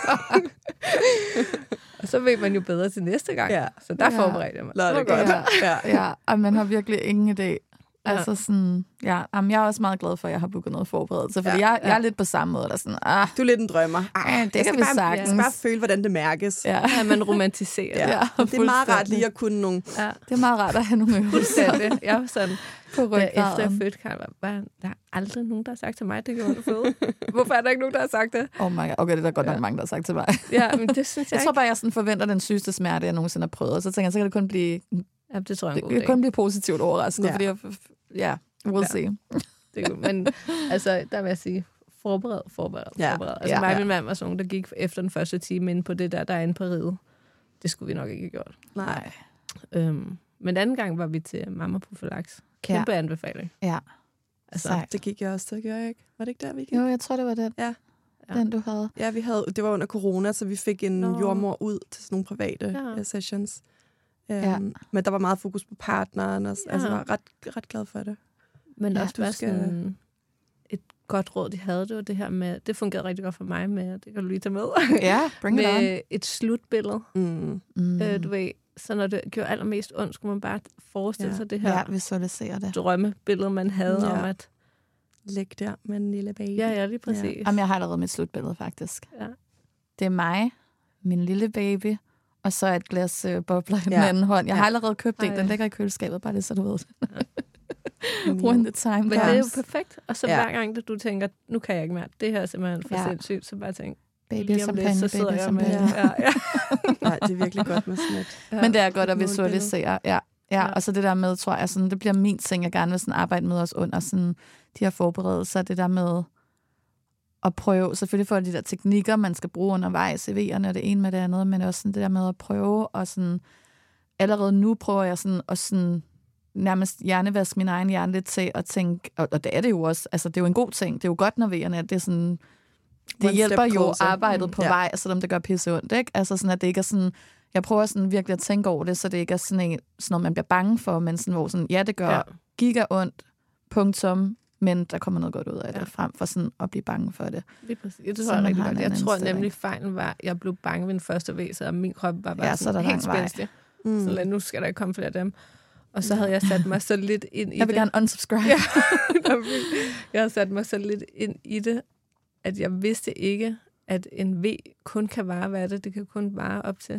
Og så ved man jo bedre til næste gang. Ja. Så der ja. forberedte jeg mig. Lad det godt. Ja, ja. ja, og man har virkelig ingen idé. Altså sådan, ja, jamen, jeg er også meget glad for, at jeg har booket noget forberedelse, fordi ja, jeg, jeg er lidt på samme måde, der sådan, ah. Du er lidt en drømmer. Ah, det kan vi bare, sagtens. Jeg skal bare føle, hvordan det mærkes. Ja, ja man romantiserer ja. ja, det. er meget rart lige at kunne nogle... Ja. Det er meget rart at have nogle øvelser. Jeg var sådan, på ryggraden. Efter jeg fødte, kan jeg bare, der er aldrig nogen, der har sagt til mig, at det kan føde. Hvorfor er der ikke nogen, der har sagt det? Oh my god, okay, det er der godt ja. nok mange, der har sagt til mig. Ja, men det synes jeg Jeg tror bare, jeg sådan forventer den sygeste smerte, jeg nogensinde har prøvet, og så tænker jeg, så kan det kun blive... Ja, det tror jeg det kan kun blive positivt overrasket, ja. fordi jeg... Ja, we'll ja. see. Det er, men altså, der vil jeg sige, forbered, forbered, Ja. forbered. Altså Ja, mig og ja. min mand var sådan, der gik efter den første time ind på det der, der er inde på riget. Det skulle vi nok ikke have gjort. Nej. Øhm, men anden gang var vi til Mamma Profylax. Kæmpe ja. anbefaling. Ja. Altså, Sejt. Det gik jeg også, det gjorde jeg ikke. Var det ikke der, vi gik? Jo, jeg tror, det var den. Ja. Den, du havde. Ja, vi havde, det var under corona, så vi fik en Nå. jordmor ud til sådan nogle private Ja. ja. sessions. Um, Ja. Men der var meget fokus på partneren, og, Ja. altså jeg var ret, ret glad for det. men Ja, også du bare skal- sådan et godt råd, de havde, det var det her med, det fungerede rigtig godt for mig med, det kan du lige tage med, Ja, bring it on. med et slutbillede. Mm. Mm. Øh, du ved, så når det gjorde allermest ondt, skulle man bare forestille Ja. sig det her Ja, visualisere det. drømmebillede, man havde Ja. om at... Læg der med en lille baby. Ja, ja, lige præcis. Ja. Jamen, jeg har allerede mit slutbillede, faktisk. Ja. Det er mig, min lille baby, og så et glas øh, bobler i den Ja. anden hånd. Jeg har Ja. allerede købt en. Ej. Den ligger i køleskabet, bare det, så du ved det. Mm. When the time Men det er jo comes. perfekt. Og så Ja. hver gang, at du tænker, nu kan jeg ikke mere, det her er simpelthen for Ja. sindssygt, så bare tænk, Baby lige om lidt, champagne, så sidder baby jeg med... champagne. Ja, ja. Nej, det er virkelig godt med sådan et. Ja. Men det er godt at målbillede. visualisere, ja. Ja, Ja. og så det der med, tror jeg, sådan, det bliver min ting, jeg gerne vil sådan arbejde med os under sådan, de her forberedelser, det der med at prøve, selvfølgelig for de der teknikker, man skal bruge undervejs i V'erne, og det ene med det andet, men også sådan det der med at prøve, og sådan, allerede nu prøver jeg sådan, at sådan, nærmest hjernevaske min egen hjerne lidt til at tænke, og, og det er det jo også, altså det er jo en god ting, det er jo godt, når V'erne, at det er sådan, det One hjælper step jo closer. arbejdet Mm, på ja. vej, selvom det gør pisse ondt, ikke? Altså sådan, at det ikke er sådan, jeg prøver sådan virkelig at tænke over det, så det ikke er sådan, en, sådan noget, man bliver bange for, men sådan, hvor sådan, ja, det gør Ja. ja. giga ondt, punktum, men der kommer noget godt ud af det, Ja. frem for sådan at blive bange for det. Lige præcis. Det Så tror jeg man rigtig har godt. en Jeg anden tror indstilling. nemlig, fejlen var, at jeg blev bange ved den første væg, så min krop var bare Ja, ja, så sådan er der helt lang vej. spændstig. Mm. Så lad, nu skal der ikke komme flere af dem. Og så havde jeg sat mig så lidt ind i Jeg vil det. gerne unsubscribe. Ja, jeg havde sat mig så lidt ind i det, at jeg vidste ikke, at en V kun kan vare, hvad er det? Det kan kun vare op til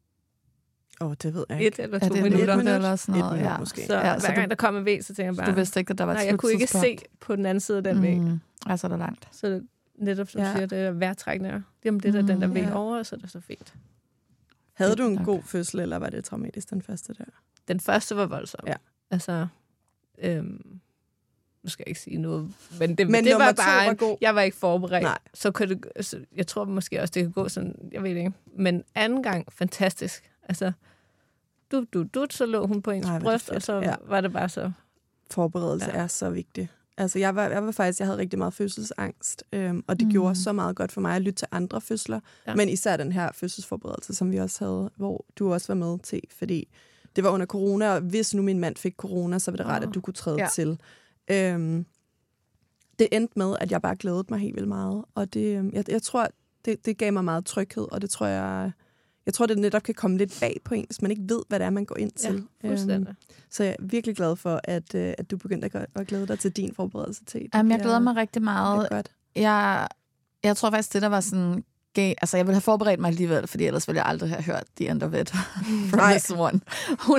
Åh, oh, det ved jeg ikke. et eller Er to det minutter. et minut eller sådan Et noget? minut Ja. måske. Så Ja, ja, så hver du- gang der kom en V, så tænkte jeg Så bare, du vidste ikke, at der var et nej, jeg kunne ikke se sluttidspunkt. på den anden side af den væg. Mm. Altså, der er langt. Så det, netop som Ja. ja. siger, det er vejrtrækninger. Jamen, det er mm, den der væg ja. over, så er det så fint. Havde du en Nok. god fødsel, eller var det traumatisk, den første der? Den første var voldsom. Ja. Altså, øhm, nu skal jeg ikke sige noget, men det, Men det nummer var to bare, var en- god. jeg var ikke forberedt. Nej. Så kunne det, altså, jeg tror måske også, det kan gå sådan, jeg ved det ikke. Men anden gang, fantastisk. Altså, du, du, du, så lå hun på ens Ej, hvor er det bryst, og fedt. så Ja. var det bare så, Forberedelse Ja. ja. er så vigtig. Altså, jeg var, jeg var faktisk, jeg havde rigtig meget fødselsangst, øhm, og det mm. gjorde så meget godt for mig at lytte til andre fødsler, Ja. ja. men især den her fødselsforberedelse, som vi også havde, hvor du også var med til, fordi det var under corona, og hvis nu min mand fik corona, så var det rart, Åh. at du kunne træde Ja. ja. til. Øhm, det endte med, at jeg bare glædede mig helt vildt meget, og det, øhm, jeg, jeg tror, det, det gav mig meget tryghed, og det tror jeg, jeg tror, det netop kan komme lidt bag på en, hvis man ikke ved, hvad det er, man går ind ja, til. fuldstændig. Så jeg er virkelig glad for, at, øh, at du begyndte at, gøre- at glæde dig til din forberedelse til. Det Jamen, jeg bliver- glæder mig rigtig meget. Det er godt. Jeg, jeg tror faktisk, det der var sådan... Gay, altså, jeg ville have forberedt mig alligevel, fordi ellers ville jeg aldrig have hørt The End of It from Nej. this one. Hun,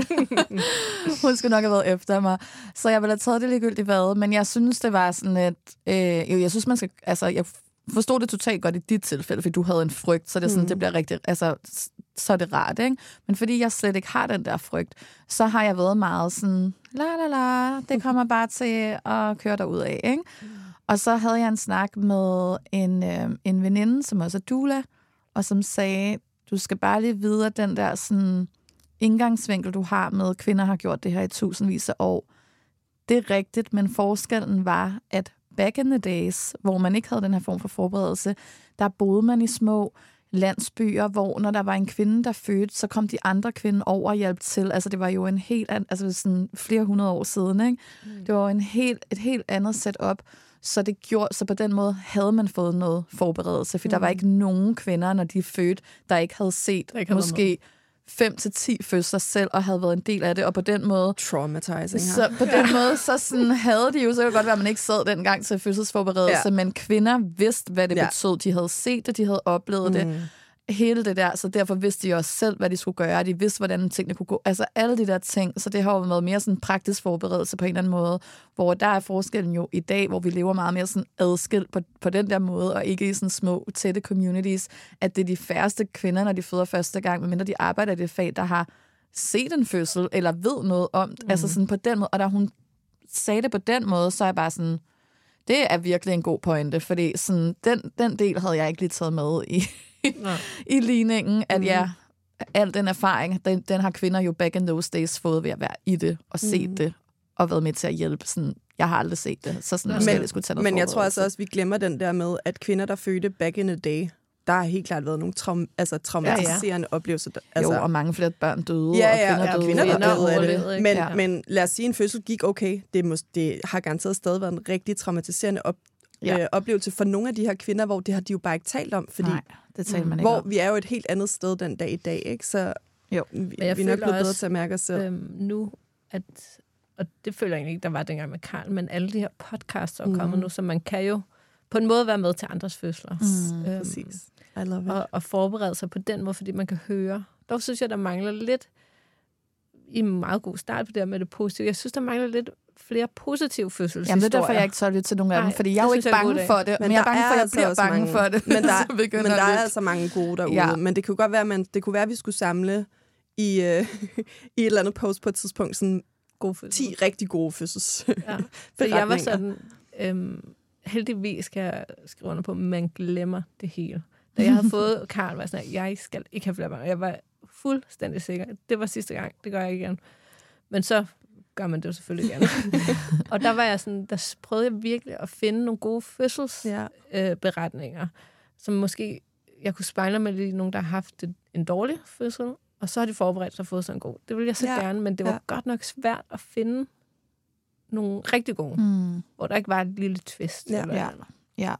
hun skulle nok have været efter mig. Så jeg ville have taget det ligegyldigt hvad, men jeg synes, det var sådan et... Øh, jo, jeg synes, man skal... Altså, jeg forstod det totalt godt i dit tilfælde, fordi du havde en frygt, så det, er sådan, Mm. det bliver rigtig... Altså, så er det rart, ikke? Men fordi jeg slet ikke har den der frygt, så har jeg været meget sådan... La la la, det kommer bare til at køre derud af, ikke? Og så havde jeg en snak med en, øh, en veninde, som også er doula, og som sagde, du skal bare lige vide, at den der sådan, indgangsvinkel, du har med, at kvinder har gjort det her i tusindvis af år, det er rigtigt, men forskellen var, at back in the days, hvor man ikke havde den her form for forberedelse, der boede man i små landsbyer, hvor når der var en kvinde, der fødte, så kom de andre kvinder over og hjalp til. Altså det var jo en helt an, altså sådan flere hundrede år siden, ikke? Mm. Det var en helt, et helt andet setup. Så det gjorde, så på den måde havde man fået noget forberedelse, for mm. der var ikke nogen kvinder, når de fødte, der ikke havde set ikke havde måske fem til ti fødsler selv og havde været en del af det, og på den måde Traumatizing her. så på den måde, så sådan havde de jo, så kan det godt være, at man ikke sad dengang til fødselsforberedelse, ja. Men kvinder vidste, hvad det Ja. betød. De havde set det, de havde oplevet mm. det. Hele det der, så derfor vidste de også selv, hvad de skulle gøre. De vidste, hvordan tingene kunne gå. Altså alle de der ting, så det har jo været mere sådan praktisk forberedelse på en eller anden måde, hvor der er forskellen jo i dag, hvor vi lever meget mere sådan adskilt på, på den der måde, og ikke i sådan små, tætte communities, at det er de færreste kvinder, når de føder første gang, medmindre de arbejder i det fag, der har set en fødsel, eller ved noget om det. Mm. Altså sådan på den måde, og da hun sagde det på den måde, så er jeg bare sådan, Det er virkelig en god pointe, fordi sådan, den, den del havde jeg ikke lige taget med i, i ligningen, at mm. ja, al den erfaring, den, den har kvinder jo back in those days fået ved at være i det, og set mm. det, og været med til at hjælpe. Sådan, jeg har aldrig set det, så sådan, men, jeg skulle tage noget Men jeg tror altså også, vi glemmer den der med, at kvinder, der fødte back in the day, der har helt klart været nogle traum- altså, traumatiserende ja, ja. oplevelser. Altså, jo, og mange flere børn døde, ja, ja, og kvinder ja, døde. kvinder, der døde af det. Men, ja. men lad os sige, en fødsel gik okay. Det, må, det har garanteret stadig været en rigtig traumatiserende op, ja. øh, oplevelse for nogle af de her kvinder, hvor det har de jo bare ikke talt om. Fordi, Nej, det taler man ikke hvor om. vi er jo et helt andet sted den dag i dag, ikke? Så jo. vi, vi er nok blevet bedre til at mærke os selv. Øhm, nu, at, og det føler jeg egentlig ikke, der var dengang med Karl, men alle de her podcasts er mm. kommet nu, så man kan jo på en måde være med til andres fødsler. Mm, øhm, præcis. I love it. Og, og forberede sig på den måde, fordi man kan høre. Dog synes jeg, der mangler lidt i en meget god start på det her med det positive. Jeg synes, der mangler lidt flere positive fødselshistorier. Jamen, det er derfor, jeg ikke tør lytte til nogle af dem, fordi jeg er jo ikke bange for det, men, men jeg er bange for, at jeg bliver bange mange, for det. Men der, men der er altså mange gode derude. Ja. Men det kunne godt være, at man, det kunne være, at vi skulle samle i, øh, i et eller andet post på et tidspunkt sådan gode ti rigtig gode fødsels. Ja. For jeg var sådan, øhm, heldigvis kan jeg skrive under på, at man glemmer det hele. Da jeg havde fået Karl, var jeg sådan, at jeg skal ikke have flere børn. Jeg var fuldstændig sikker. Det var sidste gang. Det gør jeg ikke igen. Men så gør man det jo selvfølgelig igen. Og der var jeg sådan, der prøvede jeg virkelig at finde nogle gode fødselsberetninger, ja. øh, som måske jeg kunne spejle med lige nogen, der har haft en dårlig fødsel, og så har de forberedt sig og fået sådan en god. Det ville jeg så ja. gerne, men det var ja. godt nok svært at finde nogle rigtig gode, mm. hvor der ikke var et lille twist. Ja. Eller ja. ja.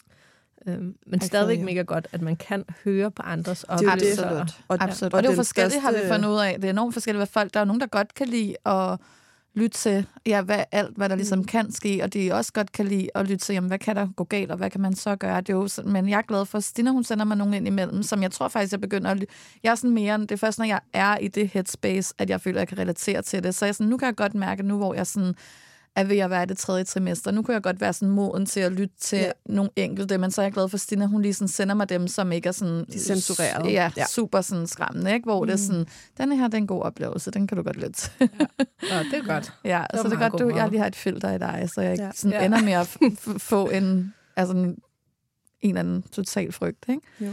Øhm, men I stadigvæk mega godt, at man kan høre på andres oplevelser. Absolut. Og, Absolut. og, og det er jo forskelligt, største... har vi fundet ud af. Det er enormt forskelligt, hvad folk... Der er nogen, der godt kan lide at lytte til ja, hvad, alt, hvad der ligesom mm. kan ske, og de også godt kan lide at lytte til, jamen, hvad kan der gå galt, og hvad kan man så gøre? Det er jo sådan, men jeg er glad for, at Stina, hun sender mig nogen ind imellem, som jeg tror faktisk, jeg begynder at lytte. Jeg er sådan mere, det er først, når jeg er i det headspace, at jeg føler, at jeg kan relatere til det. Så jeg sådan, nu kan jeg godt mærke, nu hvor jeg sådan er ved at være i det tredje trimester. Nu kunne jeg godt være sådan moden til at lytte til ja. nogle enkelte, men så er jeg glad for, Stina, hun lige sådan sender mig dem, som ikke er sådan... De censurerede. Ja, ja, super sådan skræmmende, ikke? Hvor mm. det er sådan, denne her, det er en god oplevelse, den kan du godt lytte til. Ja. Ja, det er godt. Ja, det så det er godt, du, jeg lige har et filter i dig, så jeg ikke ja. sådan ja. ender med at f- få en, altså en, en eller anden total frygt, ikke? Jo.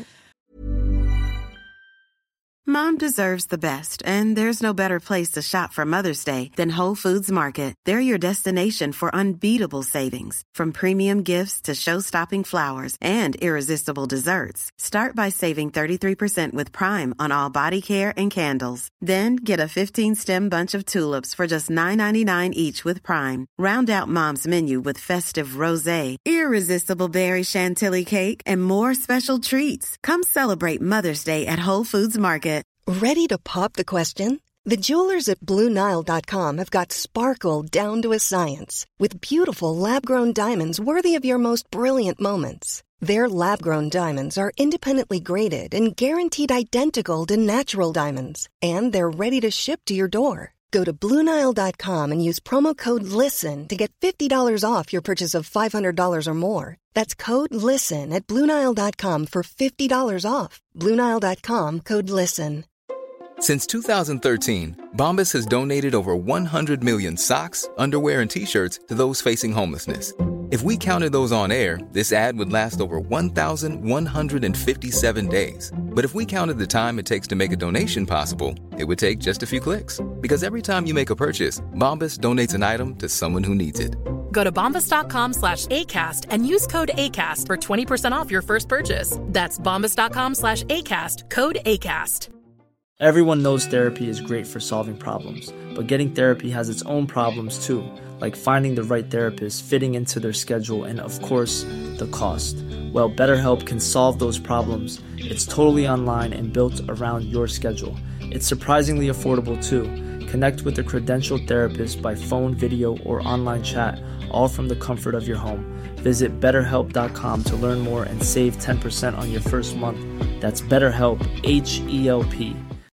Mom deserves the best, and there's no better place to shop for Mother's Day than Whole Foods Market. They're your destination for unbeatable savings, from premium gifts to show-stopping flowers and irresistible desserts. Start by saving thirty-three percent with Prime on all body care and candles. Then get a fifteen-stem bunch of tulips for just nine ninety-nine each with Prime. Round out Mom's menu with festive rosé, irresistible berry chantilly cake, and more special treats. Come celebrate Mother's Day at Whole Foods Market. Ready to pop the question? The jewelers at Blue Nile dot com have got sparkle down to a science with beautiful lab-grown diamonds worthy of your most brilliant moments. Their lab-grown diamonds are independently graded and guaranteed identical to natural diamonds, and they're ready to ship to your door. Go to Blue Nile dot com and use promo code LISTEN to get fifty dollars off your purchase of five hundred dollars or more. That's code LISTEN at Blue Nile dot com for fifty dollars off. Blue Nile dot com, code LISTEN. Since two thousand thirteen, Bombas has donated over one hundred million socks, underwear, and T-shirts to those facing homelessness. If we counted those on air, this ad would last over one thousand one hundred fifty-seven days. But if we counted the time it takes to make a donation possible, it would take just a few clicks. Because every time you make a purchase, Bombas donates an item to someone who needs it. Go to bombas dot com slash ACAST and use code ACAST for twenty percent off your first purchase. That's bombas dot com slash ACAST, code ACAST. Everyone knows therapy is great for solving problems, but getting therapy has its own problems too, like finding the right therapist, fitting into their schedule, and of course, the cost. Well, BetterHelp can solve those problems. It's totally online and built around your schedule. It's surprisingly affordable too. Connect with a credentialed therapist by phone, video, or online chat, all from the comfort of your home. Visit better help dot com to learn more and save ten percent on your first month. That's BetterHelp, H E L P.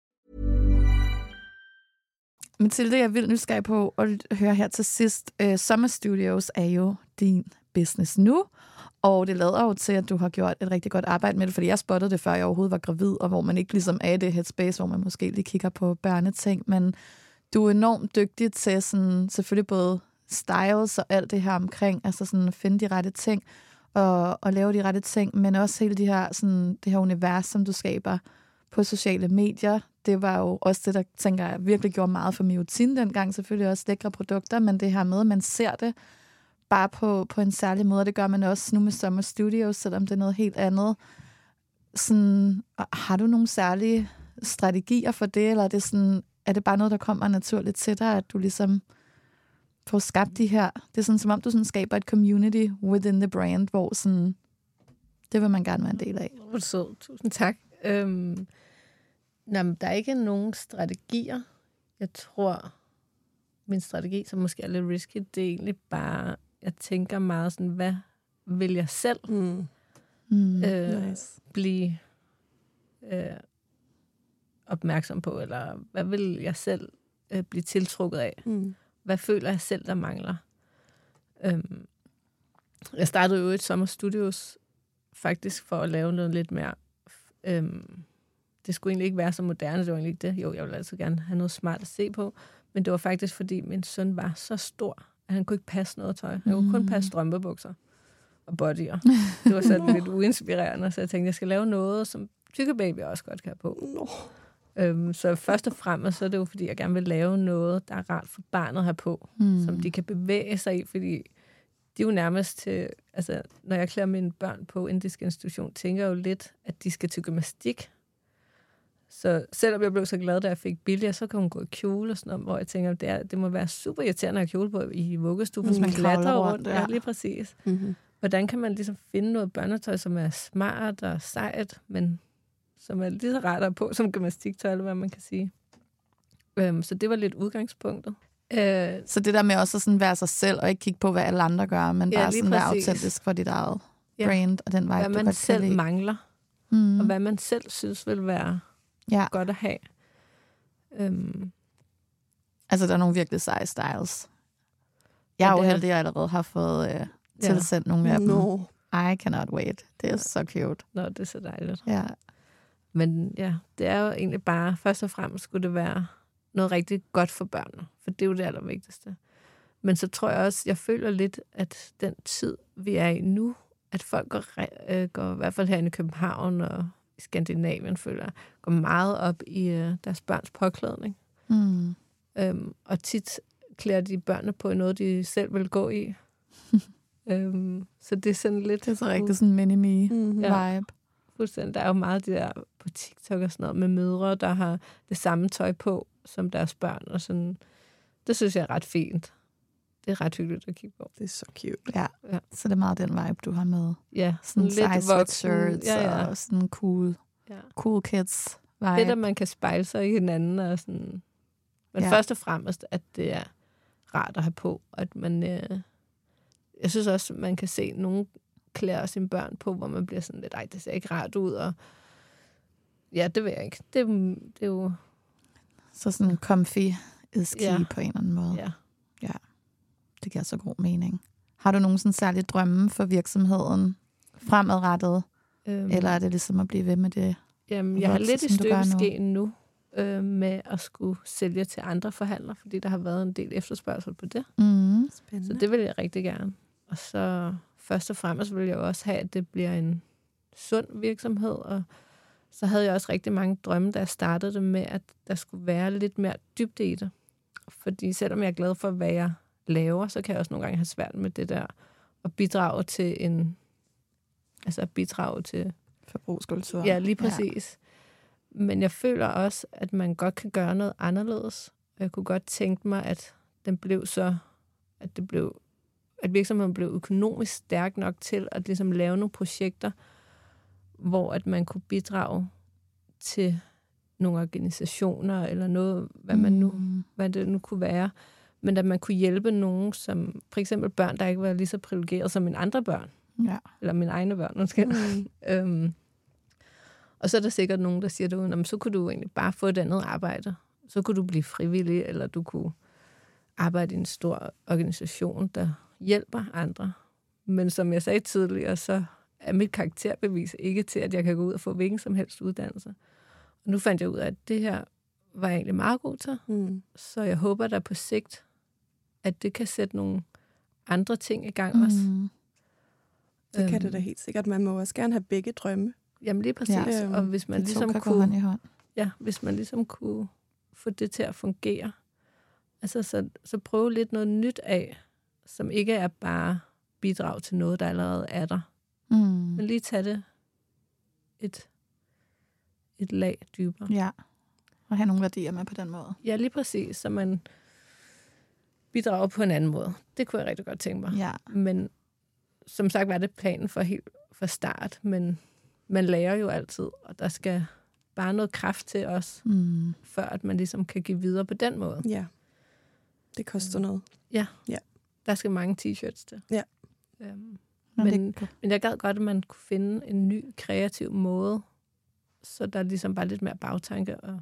Mathilde, jeg vil nysgerrig på at høre her til sidst. Uh, Summer Studios er jo din business nu, og det lader jo til, at du har gjort et rigtig godt arbejde med det, fordi jeg spottede det, før jeg overhovedet var gravid, og hvor man ikke ligesom er i det headspace, hvor man måske lige kigger på børneting, men du er enormt dygtig til sådan, selvfølgelig både styles og alt det her omkring, altså sådan at finde de rette ting, og, og lave de rette ting, men også hele de her, sådan, det her univers, som du skaber på sociale medier. Det var jo også det, der, tænker jeg, virkelig gjorde meget for Miotin dengang. Selvfølgelig også lækre produkter, men det her med, at man ser det bare på, på en særlig måde. Det gør man også nu med Summer Studios, selvom det er noget helt andet. Sådan, har du nogle særlige strategier for det, eller er det, sådan, er det bare noget, der kommer naturligt til dig, at du ligesom får skabt de her... Det er sådan, som om du sådan skaber et community within the brand, hvor sådan, det vil man gerne være en del af. Hvor så, tusind tak. Øhm, jamen, der er ikke nogen strategier. Jeg tror, min strategi, som måske er lidt risky, det er egentlig bare, jeg tænker meget sådan, hvad vil jeg selv mm. Mm, øh, nice. blive øh, opmærksom på, eller hvad vil jeg selv øh, blive tiltrukket af? Mm. Hvad føler jeg selv, der mangler? Øhm, jeg startede jo et Summer Studios faktisk for at lave noget lidt mere... Øhm, det skulle egentlig ikke være så moderne, det var egentlig ikke det. Jo, jeg ville altid gerne have noget smart at se på, men det var faktisk, fordi min søn var så stor, at han kunne ikke passe noget tøj. Han kunne kun passe strømpebukser og bodyer. Det var sådan lidt uinspirerende, så jeg tænkte, jeg skal lave noget, som tykke baby også godt kan have på. No. Øhm, så først og fremmest, så er det jo, fordi jeg gerne vil lave noget, der er rart for barnet at have på, mm. som de kan bevæge sig i, fordi de er jo nærmest til, altså, når jeg klæder mine børn på indisk institution, tænker jeg jo lidt, at de skal til gymnastik. Så selvom jeg blev så glad, da jeg fik billigere, så kan hun gå i kjole og sådan noget, hvor jeg tænker, det, er, det må være super irriterende at have kjole på i vuggestue, hvis mm, man klatrer rundt. Ja, lige præcis. Mm-hmm. Hvordan kan man ligesom finde noget børnetøj, som er smart og sejt, men som er lige så rart på som gymnastiktøj, eller hvad man kan sige. Øhm, så det var lidt udgangspunktet. Øh, så det der med også at sådan være sig selv, og ikke kigge på, hvad alle andre gør, men ja, bare sådan være autentisk for dit eget ja. brand, og den vibe, hvad man selv mangler, mm. og hvad man selv synes vil være ja. godt at have. Øhm. Altså, der er nogle virkelig seje styles. Jeg er jo heldig, at jeg allerede har fået øh, tilsendt ja. nogle af no. dem. I cannot wait. Det er så cute. Nå, det er så dejligt. Ja. Men ja, det er jo egentlig bare, først og fremmest skulle det være noget rigtig godt for børnene, for det er jo det allervigtigste. Men så tror jeg også, jeg føler lidt, at den tid, vi er i nu, at folk går, øh, går i hvert fald herinde i København og i Skandinavien, føler jeg, går meget op i øh, deres børns påklædning. Mm. Øhm, og tit klæder de børnene på noget, de selv vil gå i. øhm, så det er sådan lidt... Det er så rigtig sådan mini-me-vibe. Ja. Fuldstændig. Der er jo meget det der på TikTok og sådan noget med mødre, der har det samme tøj på som deres børn. Og sådan. Det synes jeg er ret fint. Det er ret hyggeligt at kigge på. Det er så cute. Ja, ja. Så det er meget den vibe, du har med. Ja. Sådan lidt size sweatshirts ja, ja. og sådan cool, ja. cool kids vibe. Det der, man kan spejle sig i hinanden. Og sådan. Men ja. først og fremmest, at det er rart at have på. Og at man... Øh... Jeg synes også, man kan se nogle klæder sine børn på, hvor man bliver sådan lidt, ej, det ser ikke rart ud, og ja, det ved jeg ikke. Det, det er jo... Så sådan comfy is key ja. på en eller anden måde. Ja. Ja, det giver så god mening. Har du nogen sådan særlige drømme for virksomheden fremadrettet? Øhm, eller er det ligesom at blive ved med det? Jamen, jeg har lidt i støbeskeen nu, øh, med at skulle sælge til andre forhandlere, fordi der har været en del efterspørgsel på det. Mm. Så det vil jeg rigtig gerne. Og så først og fremmest vil jeg også have, at det bliver en sund virksomhed, og så havde jeg også rigtig mange drømme, da jeg startede det med, at der skulle være lidt mere dybde i det. Fordi selvom jeg er glad for, hvad jeg laver, så kan jeg også nogle gange have svært med det der at bidrage til en... Altså at bidrage til... Forbrugskultur. Ja, lige præcis. Ja. Men jeg føler også, at man godt kan gøre noget anderledes. Jeg kunne godt tænke mig, at den blev så... At det blev... at virksomheden blev økonomisk stærk nok til at ligesom lave nogle projekter, hvor at man kunne bidrage til nogle organisationer, eller noget, hvad, man nu, hvad det nu kunne være. Men at man kunne hjælpe nogen, som for eksempel børn, der ikke var lige så privilegeret som mine andre børn. Ja. Eller mine egne børn, måske. Mm. øhm, og så er der sikkert nogen, der siger derude, så kunne du egentlig bare få et andet arbejde. Så kunne du blive frivillig, eller du kunne arbejde i en stor organisation, der hjælper andre. Men som jeg sagde tidligere, så er mit karakterbevis ikke til, at jeg kan gå ud og få hvilken som helst uddannelse. Og nu fandt jeg ud af, at det her var jeg egentlig meget god til. Mm. Så jeg håber, der på sigt at det kan sætte nogle andre ting i gang også. Mm. Det øhm. kan det da helt sikkert. Man må også gerne have begge drømme. Jamen lige præcis. Ja. Og hvis man det ligesom kan kunne, hånd i hånd. Ja, hvis man ligesom kunne få det til at fungere, altså så, så prøve lidt noget nyt af, som ikke er bare bidrag til noget, der allerede er der. Mm. Men lige tage det et, et lag dybere. Ja, og have nogle værdier med på den måde. Ja, lige præcis, så man bidrager på en anden måde. Det kunne jeg rigtig godt tænke mig. Ja. Men som sagt var det planen for helt fra start, men man lærer jo altid, og der skal bare noget kraft til os, mm. før at man ligesom kan give videre på den måde. Ja, det koster noget. Ja, ja. Der skal mange t-shirts til. Ja. Um, men, men jeg gad godt, at man kunne finde en ny, kreativ måde, så der er ligesom bare lidt mere bagtanke. Og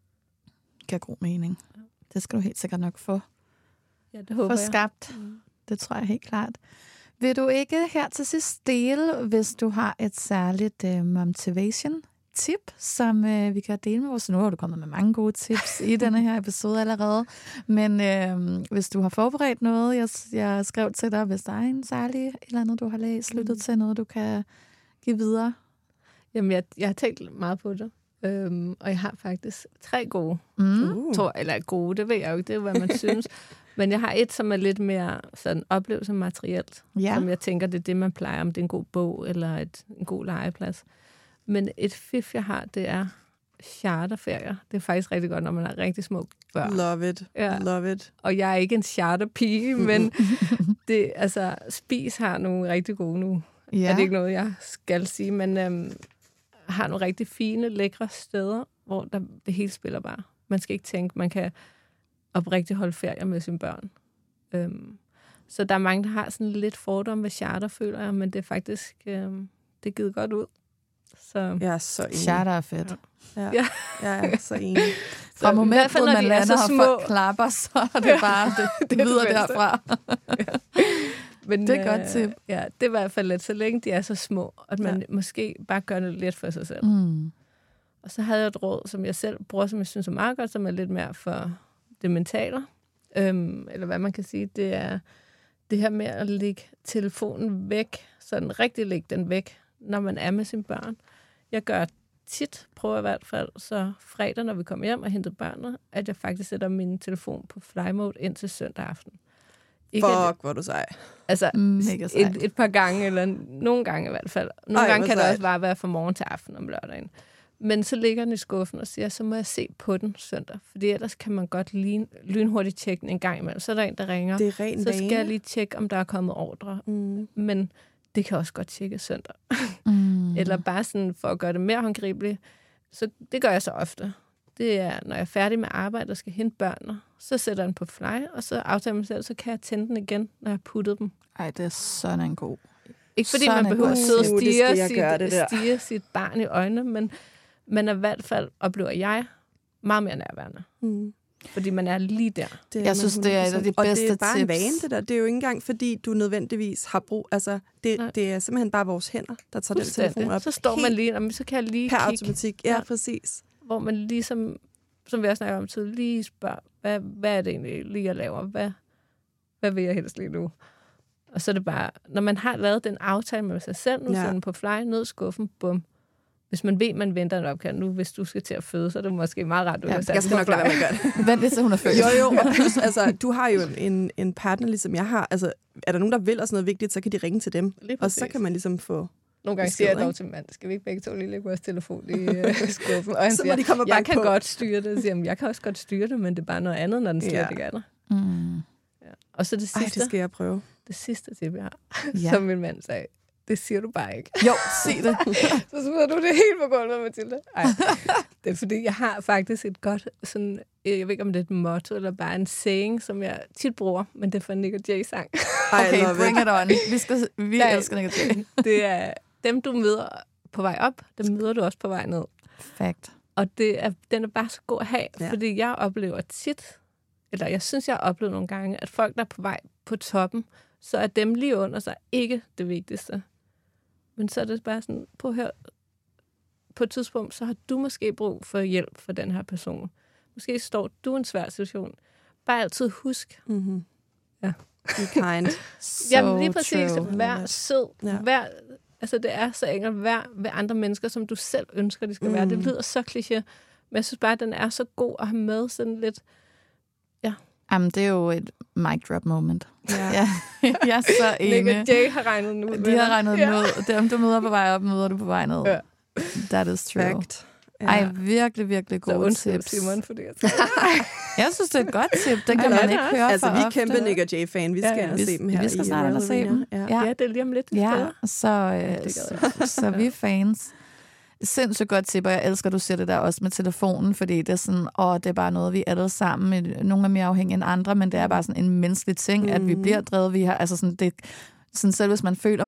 giver god mening. Ja. Det skal du helt sikkert nok få. Ja, det håber få skabt. jeg. Mm. Det tror jeg helt klart. Vil du ikke her til sidst dele, hvis du har et særligt uh, motivation tip, som uh, vi kan dele med vores... Nu har du kommet med mange gode tips i denne her episode allerede, men uh, hvis du har forberedt noget, jeg, jeg skrev til dig, hvis der er en særlig eller andet, du har læst, lyttet mm. til noget, du kan give videre. Jamen, jeg, jeg har tænkt meget på det. Øhm, og jeg har faktisk tre gode. Mm. Tror, eller gode, det ved jeg jo ikke, det er hvad man synes. Men jeg har et, som er lidt mere sådan oplevelse materielt. Ja. Som jeg tænker, det er det, man plejer, om det er en god bog eller et, en god legeplads. Men et fif, jeg har, det er charterferier. Det er faktisk rigtig godt, når man har rigtig små børn. Love it. Ja. Love it. Og jeg er ikke en charterpige, men det, altså, Spis har nogle rigtig gode nu. Ja. Er det ikke noget, jeg skal sige, men øhm, har nogle rigtig fine, lækre steder, hvor der, det hele spiller bare. Man skal ikke tænke, man kan oprigtigt holde ferie med sine børn. Øhm, så der er mange, der har sådan lidt fordom ved charter, føler jeg, men det er faktisk, øhm, det er givet godt ud. Så jeg er så enig. Charter er fedt. Ja, ja. Jeg er så enig. Fra så momentet, fald, man lander, og små... folk klapper, så er det bare det, det videre derfra. Ja. Men, det er godt tip. Øh, ja, det er i hvert fald lidt, så længe de er så små, at man ja. måske bare gør det lidt for sig selv. Mm. Og så havde jeg et råd, som jeg selv bruger, som jeg synes er meget godt, som er lidt mere for det mentale. Øhm, eller hvad man kan sige, det er det her med at lægge telefonen væk, sådan rigtig lægge den væk, når man er med sine børn. Jeg gør tit, prøver i hvert fald, så fredag, når vi kommer hjem og henter børnene, at jeg faktisk sætter min telefon på fly mode indtil søndag aften. Ikke Fuck, hvor du sej. Altså, et, et par gange, eller nogle gange i hvert fald. Nogle Ej, gange kan det også bare være fra morgen til aften om lørdagen. Men så ligger den i skuffen og siger, så må jeg se på den søndag. Fordi ellers kan man godt lyn, lynhurtigt tjekke den en gang imellem. Så er der en, der ringer. Det er ren så skal jeg lige tjekke, om der er kommet ordre. Mm. Men det kan også godt tjekke søndag. Mm. Eller bare sådan for at gøre det mere håndgribeligt. Så det gør jeg så ofte. Det er, når jeg er færdig med arbejde og skal hente børnene, så sætter jeg den på fly, og så aftaler mig selv, så kan jeg tænde den igen, når jeg har puttet dem. Ej, det er sådan en god. Ikke fordi sådan man behøver at sidde og stige, sit, sit, stige sit barn i øjnene, men man er i hvert fald, oplever jeg, meget mere nærværende. Mm. Fordi man er lige der. Det er jeg synes, det er et af de bedste tips. Og det er bare tips. en vane, det der. Det er jo ikke engang, fordi du nødvendigvis har brug... Altså, det, det er simpelthen bare vores hænder, der tager den telefon op. Så står man lige, og så kan jeg lige per kigge. automatik, ja, ja, præcis. Hvor man ligesom, som vi også snakker om tid, lige spørger, hvad, hvad er det egentlig lige, jeg laver? Hvad, hvad vil jeg helst lige nu? Og så er det bare, når man har lavet den aftale med sig selv, nu ja. Sætter den på fly, ned skuffen, bum. Hvis man ved, man venter en opkald nu, hvis du skal til at føde, så er det måske meget rart, du ja, har sat jeg skal nok lade være med at gøre det. Vent lidt, så hun er født. Jo, jo, og plus, altså, du har jo en, en partner, ligesom jeg har. Altså, er der nogen, der vil også noget vigtigt, så kan de ringe til dem. Og så kan man ligesom få... Nogle gange siger jeg dog til mand, skal vi ikke begge to lige lægge vores telefon i uh, skuffen? Og han så siger, må de komme jeg kan på. godt styre det. Siger, jeg kan også godt styre det, men det er bare noget andet, når den slet ja. Ikke er der. Mm. Ja. Og så det sidste... Ej, det skal jeg prøve. Det sidste tip, jeg har, ja. som min mand sagde, det siger du bare ikke. Jo, sig det. Så smider du det helt på gulvet, Mathilde. Ej, det er fordi, jeg har faktisk et godt, sådan, jeg ved ikke, om det er et motto, eller bare en saying, som jeg tit bruger, men det er fra Nick og Jay-sang. Okay, bring it on. Vi, skal, vi Nej, elsker Nick og Jay. Det er dem, du møder på vej op, dem møder du også på vej ned. Fact. Og det er, den er bare så god at have, ja. Fordi jeg oplever tit, eller jeg synes, jeg har oplevet nogle gange, at folk, der er på vej på toppen, så er dem lige under sig ikke det vigtigste. Men så er det bare sådan, på her, på et tidspunkt, så har du måske brug for hjælp for den her person. Måske står du i en svær situation. Bare altid husk, mm-hmm. Ja. Be kind. So Jamen lige præcis. True. Vær sød. Ja. Vær, altså det er så enkelt. Vær ved andre mennesker, som du selv ønsker, de skal mm. være. Det lyder så kliché, men jeg synes bare, at den er så god at have med sådan lidt... Ja. Jamen, det er jo et mic drop moment. Ja. ja. Jeg er så enig. Nick og Jay har regnet den ud. De har regnet den ud. Dem, du møder på vej op, møder du på vej ned. Ja. That is true. Fact. Ja. Ej, virkelig, virkelig gode tips. Så undskyld, Simon, for det. Jeg synes, det er et godt tip. Den kan man ikke høre altså, for vi er ofte. kæmpe Nick og Jay-fan. Vi skal ja, ja. se dem her. Vi skal snart se dem. Ja. ja, det er lige om lidt. Ja, så, øh, så, så vi er fans. Sindssygt godt tip, og jeg elsker, at du siger det der også med telefonen, fordi det er sådan, åh, det er bare noget, vi alle sammen, nogle er mere afhængige end andre, men det er bare sådan en menneskelig ting, mm. at vi bliver drevet, vi har, altså sådan, det, sådan selv hvis man føler.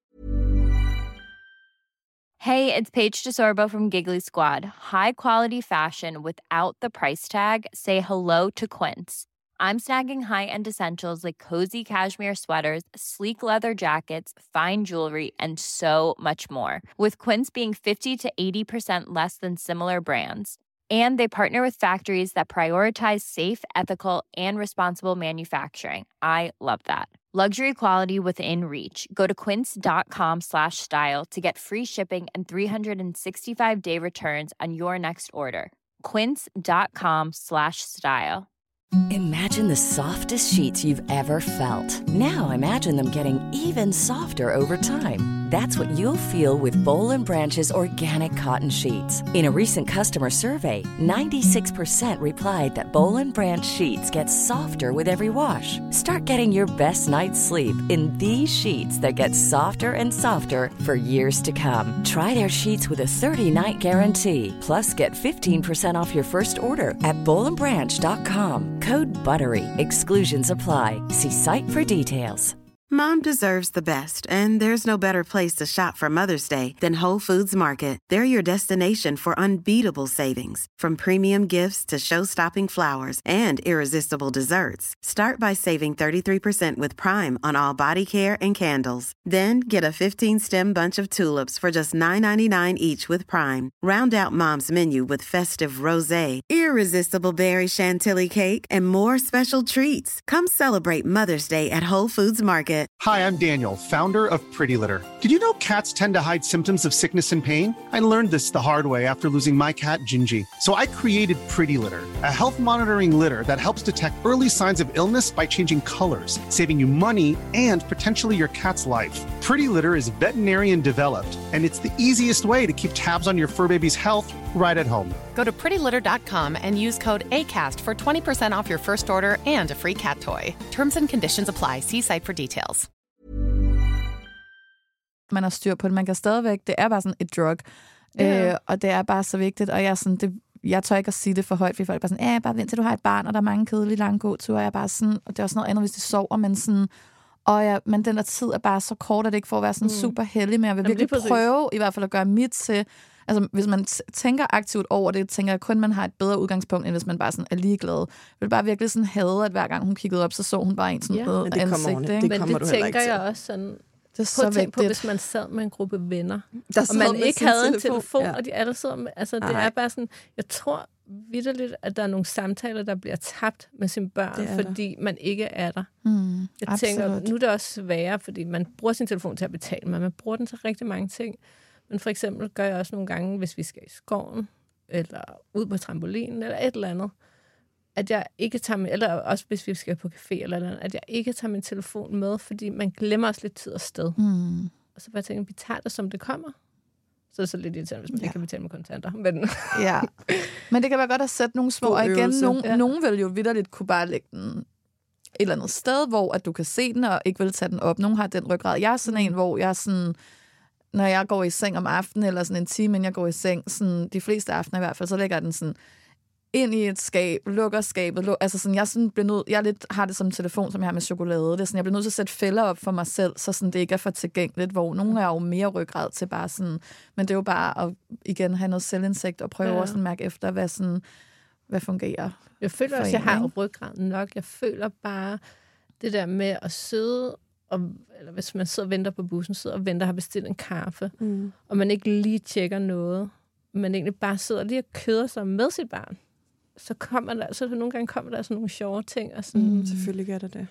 Hey, it's Paige DeSorbo from Giggly Squad. High quality fashion without the price tag. Say hello to Quince. I'm snagging high-end essentials like cozy cashmere sweaters, sleek leather jackets, fine jewelry, and so much more. With Quince being fifty to eighty percent less than similar brands. And they partner with factories that prioritize safe, ethical, and responsible manufacturing. I love that. Luxury quality within reach. Go to quince.com slash style to get free shipping and three sixty-five day returns on your next order. Quince.com slash style. Imagine the softest sheets you've ever felt. Now imagine them getting even softer over time. That's what you'll feel with Boll and Branch's organic cotton sheets. In a recent customer survey, ninety-six percent replied that Boll and Branch sheets get softer with every wash. Start getting your best night's sleep in these sheets that get softer and softer for years to come. Try their sheets with a thirty-night guarantee. Plus, get fifteen percent off your first order at boll and branch dot com. Code BUTTERY. Exclusions apply. See site for details. Mom deserves the best, and there's no better place to shop for Mother's Day than Whole Foods Market. They're your destination for unbeatable savings, from premium gifts to show-stopping flowers and irresistible desserts. Start by saving thirty-three percent with Prime on all body care and candles. Then get a fifteen-stem bunch of tulips for just nine ninety-nine each with Prime. Round out Mom's menu with festive rosé, irresistible berry chantilly cake, and more special treats. Come celebrate Mother's Day at Whole Foods Market. Hi, I'm Daniel, founder of Pretty Litter. Did you know cats tend to hide symptoms of sickness and pain? I learned this the hard way after losing my cat, Gingy. So I created Pretty Litter, a health monitoring litter that helps detect early signs of illness by changing colors, saving you money and potentially your cat's life. Pretty Litter is veterinarian developed, and it's the easiest way to keep tabs on your fur baby's health right at home. Go to pretty litter dot com and use code ACAST for twenty percent off your first order and a free cat toy. Terms and conditions apply. See site for details. Man har styr på det. Man kan stadigvæk, det er bare sådan et drug. Yeah. Øh, og det er bare så vigtigt. Og jeg, er sådan, det, jeg tør ikke at sige det for højt, fordi folk er bare sådan, ja, bare vent til du har et barn, og der er mange kedelige lange gåture. Og jeg er bare sådan, og det er også noget andet, hvis de sover, men sådan, og ja, men den der tid er bare så kort, at det ikke får at være sådan mm. super heldig, men jeg vil Jamen, virkelig prøve, i hvert fald at gøre mit til. Altså, hvis man t- tænker aktivt over det, tænker jeg kun, man har et bedre udgangspunkt, end hvis man bare sådan er ligeglad. Jeg vil bare virkelig sådan have, at hver gang hun kiggede op, så så hun bare en sådan ja, ansigt. Det kommer, det men kommer det tænker jeg også sådan... Det er så tænk på, hvis man sad med en gruppe venner, der og man ikke havde telefon. en telefon, ja. og de alle sidder med... Altså, det Ej. er bare sådan... Jeg tror vitterligt, at der er nogle samtaler, der bliver tabt med sine børn, fordi der. man ikke er der. Mm, jeg absolut. tænker, nu er det også sværere, fordi man bruger sin telefon til at betale, men man bruger den til rigtig mange ting. Men for eksempel gør jeg også nogle gange, hvis vi skal i skoven, eller ud på trampolinen, eller et eller andet, at jeg ikke tager min, eller også hvis vi skal på café, eller noget, at jeg ikke tager min telefon med, fordi man glemmer også lidt tid og sted. Mm. Og så bare tænker vi tager det, som det kommer. Så er det så lidt irriterende, hvis man ja. ikke kan betale med kontanter. Men... ja, men det kan være godt at sætte nogle små, og igen, nogen, ja. nogen vil jo vitterligt kunne bare lægge den et eller andet sted, hvor at du kan se den, og ikke vil tage den op. Nogen har den ryggrad. Jeg er sådan en, hvor jeg er sådan... Når jeg går i seng om aftenen, eller sådan en time, inden jeg går i seng, sådan, de fleste aftener i hvert fald, så lægger jeg den sådan ind i et skab, lukker skabet, luk, altså sådan, jeg, sådan bliver nødt, jeg lidt har det som en telefon, som jeg har med chokolade, det er sådan, jeg bliver nødt til at sætte fælder op for mig selv, så sådan, det ikke er for tilgængeligt, hvor nogle er jo mere ryggrad til bare sådan, men det er jo bare at igen have noget selvindsigt og prøve ja. også at mærke efter, hvad, sådan, hvad fungerer. Jeg føler også, at jeg har ryggrad nok. Jeg føler bare det der med at sidde og, eller hvis man sidder og venter på bussen, sidder og venter og har bestilt en kaffe, mm. og man ikke lige tjekker noget, men egentlig bare sidder lige og køder sig med sit barn, så kommer der, så der nogle gange kommer der sådan nogle sjove ting. Og sådan, mm, selvfølgelig gør der det.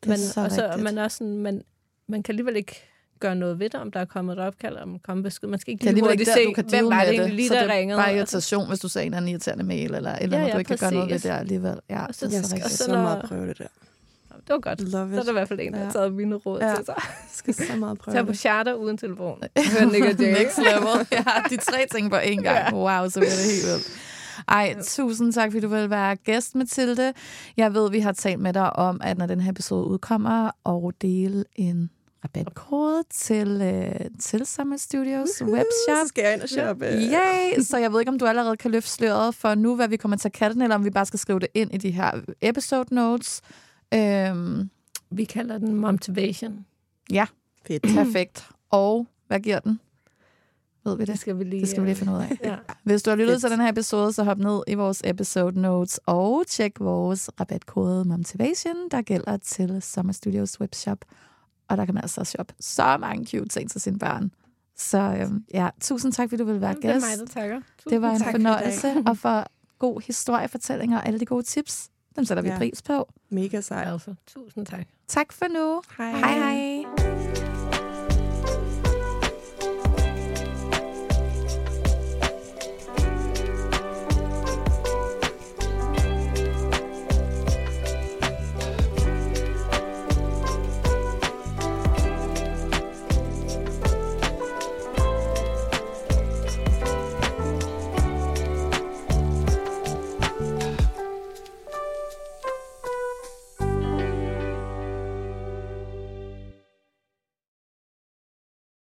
Men, og så, man, også sådan, man, man kan alligevel ikke gøre noget ved det, om der er kommet et opkald, om kommet besked. Man skal ikke lige hurtigt se, du kan hvem var det egentlig lige, så der det ringede. Bare irritation, hvis du sagde en irriterende mail, eller eller ja, ja, du ikke præcis. kan gøre noget ved det alligevel. Ja, og så, det er så, rigtigt. Så meget prøve det der. Det var godt. Så er der i hvert fald en, der har taget mine råd ja. til sig. Skal så meget prøve Tag på charter uden telefon. Next level. Ja, de tre ting på én gang. Wow, så bliver det helt vildt. Ej, tusind tak, fordi du vil være gæst, Mathilde. Jeg ved, vi har talt med dig om, at når den her episode udkommer, og dele en rabatkode til, øh, til Summer Studios uh-huh, webshop. Så skal jeg ind og shoppe. Yay! Så jeg ved ikke, om du allerede kan løfte sløret for nu, hvad vi kommer til at kalde den, eller om vi bare skal skrive det ind i de her episode notes. Øhm, vi kalder den Motivation. Ja, fedt. Perfekt. Og hvad giver den? Ved vi det? Det skal vi lige, det skal vi lige finde ud af. Ja. Hvis du har lyttet til den her episode, så hop ned i vores episode notes og tjek vores rabatkode Motivation, der gælder til Summer Studios webshop. Og der kan man altså shoppe så mange cute ting til sine børn. Så øhm, ja, tusind tak, fordi du ville være ja, gæst. Det er mig, der takker. Det var en fornøjelse, og for god historiefortælling og alle de gode tips. Dem sætter vi ja. pris på. Mega sejt. Altså, tusind tak. Tak for nu. Hej. Hej, hej.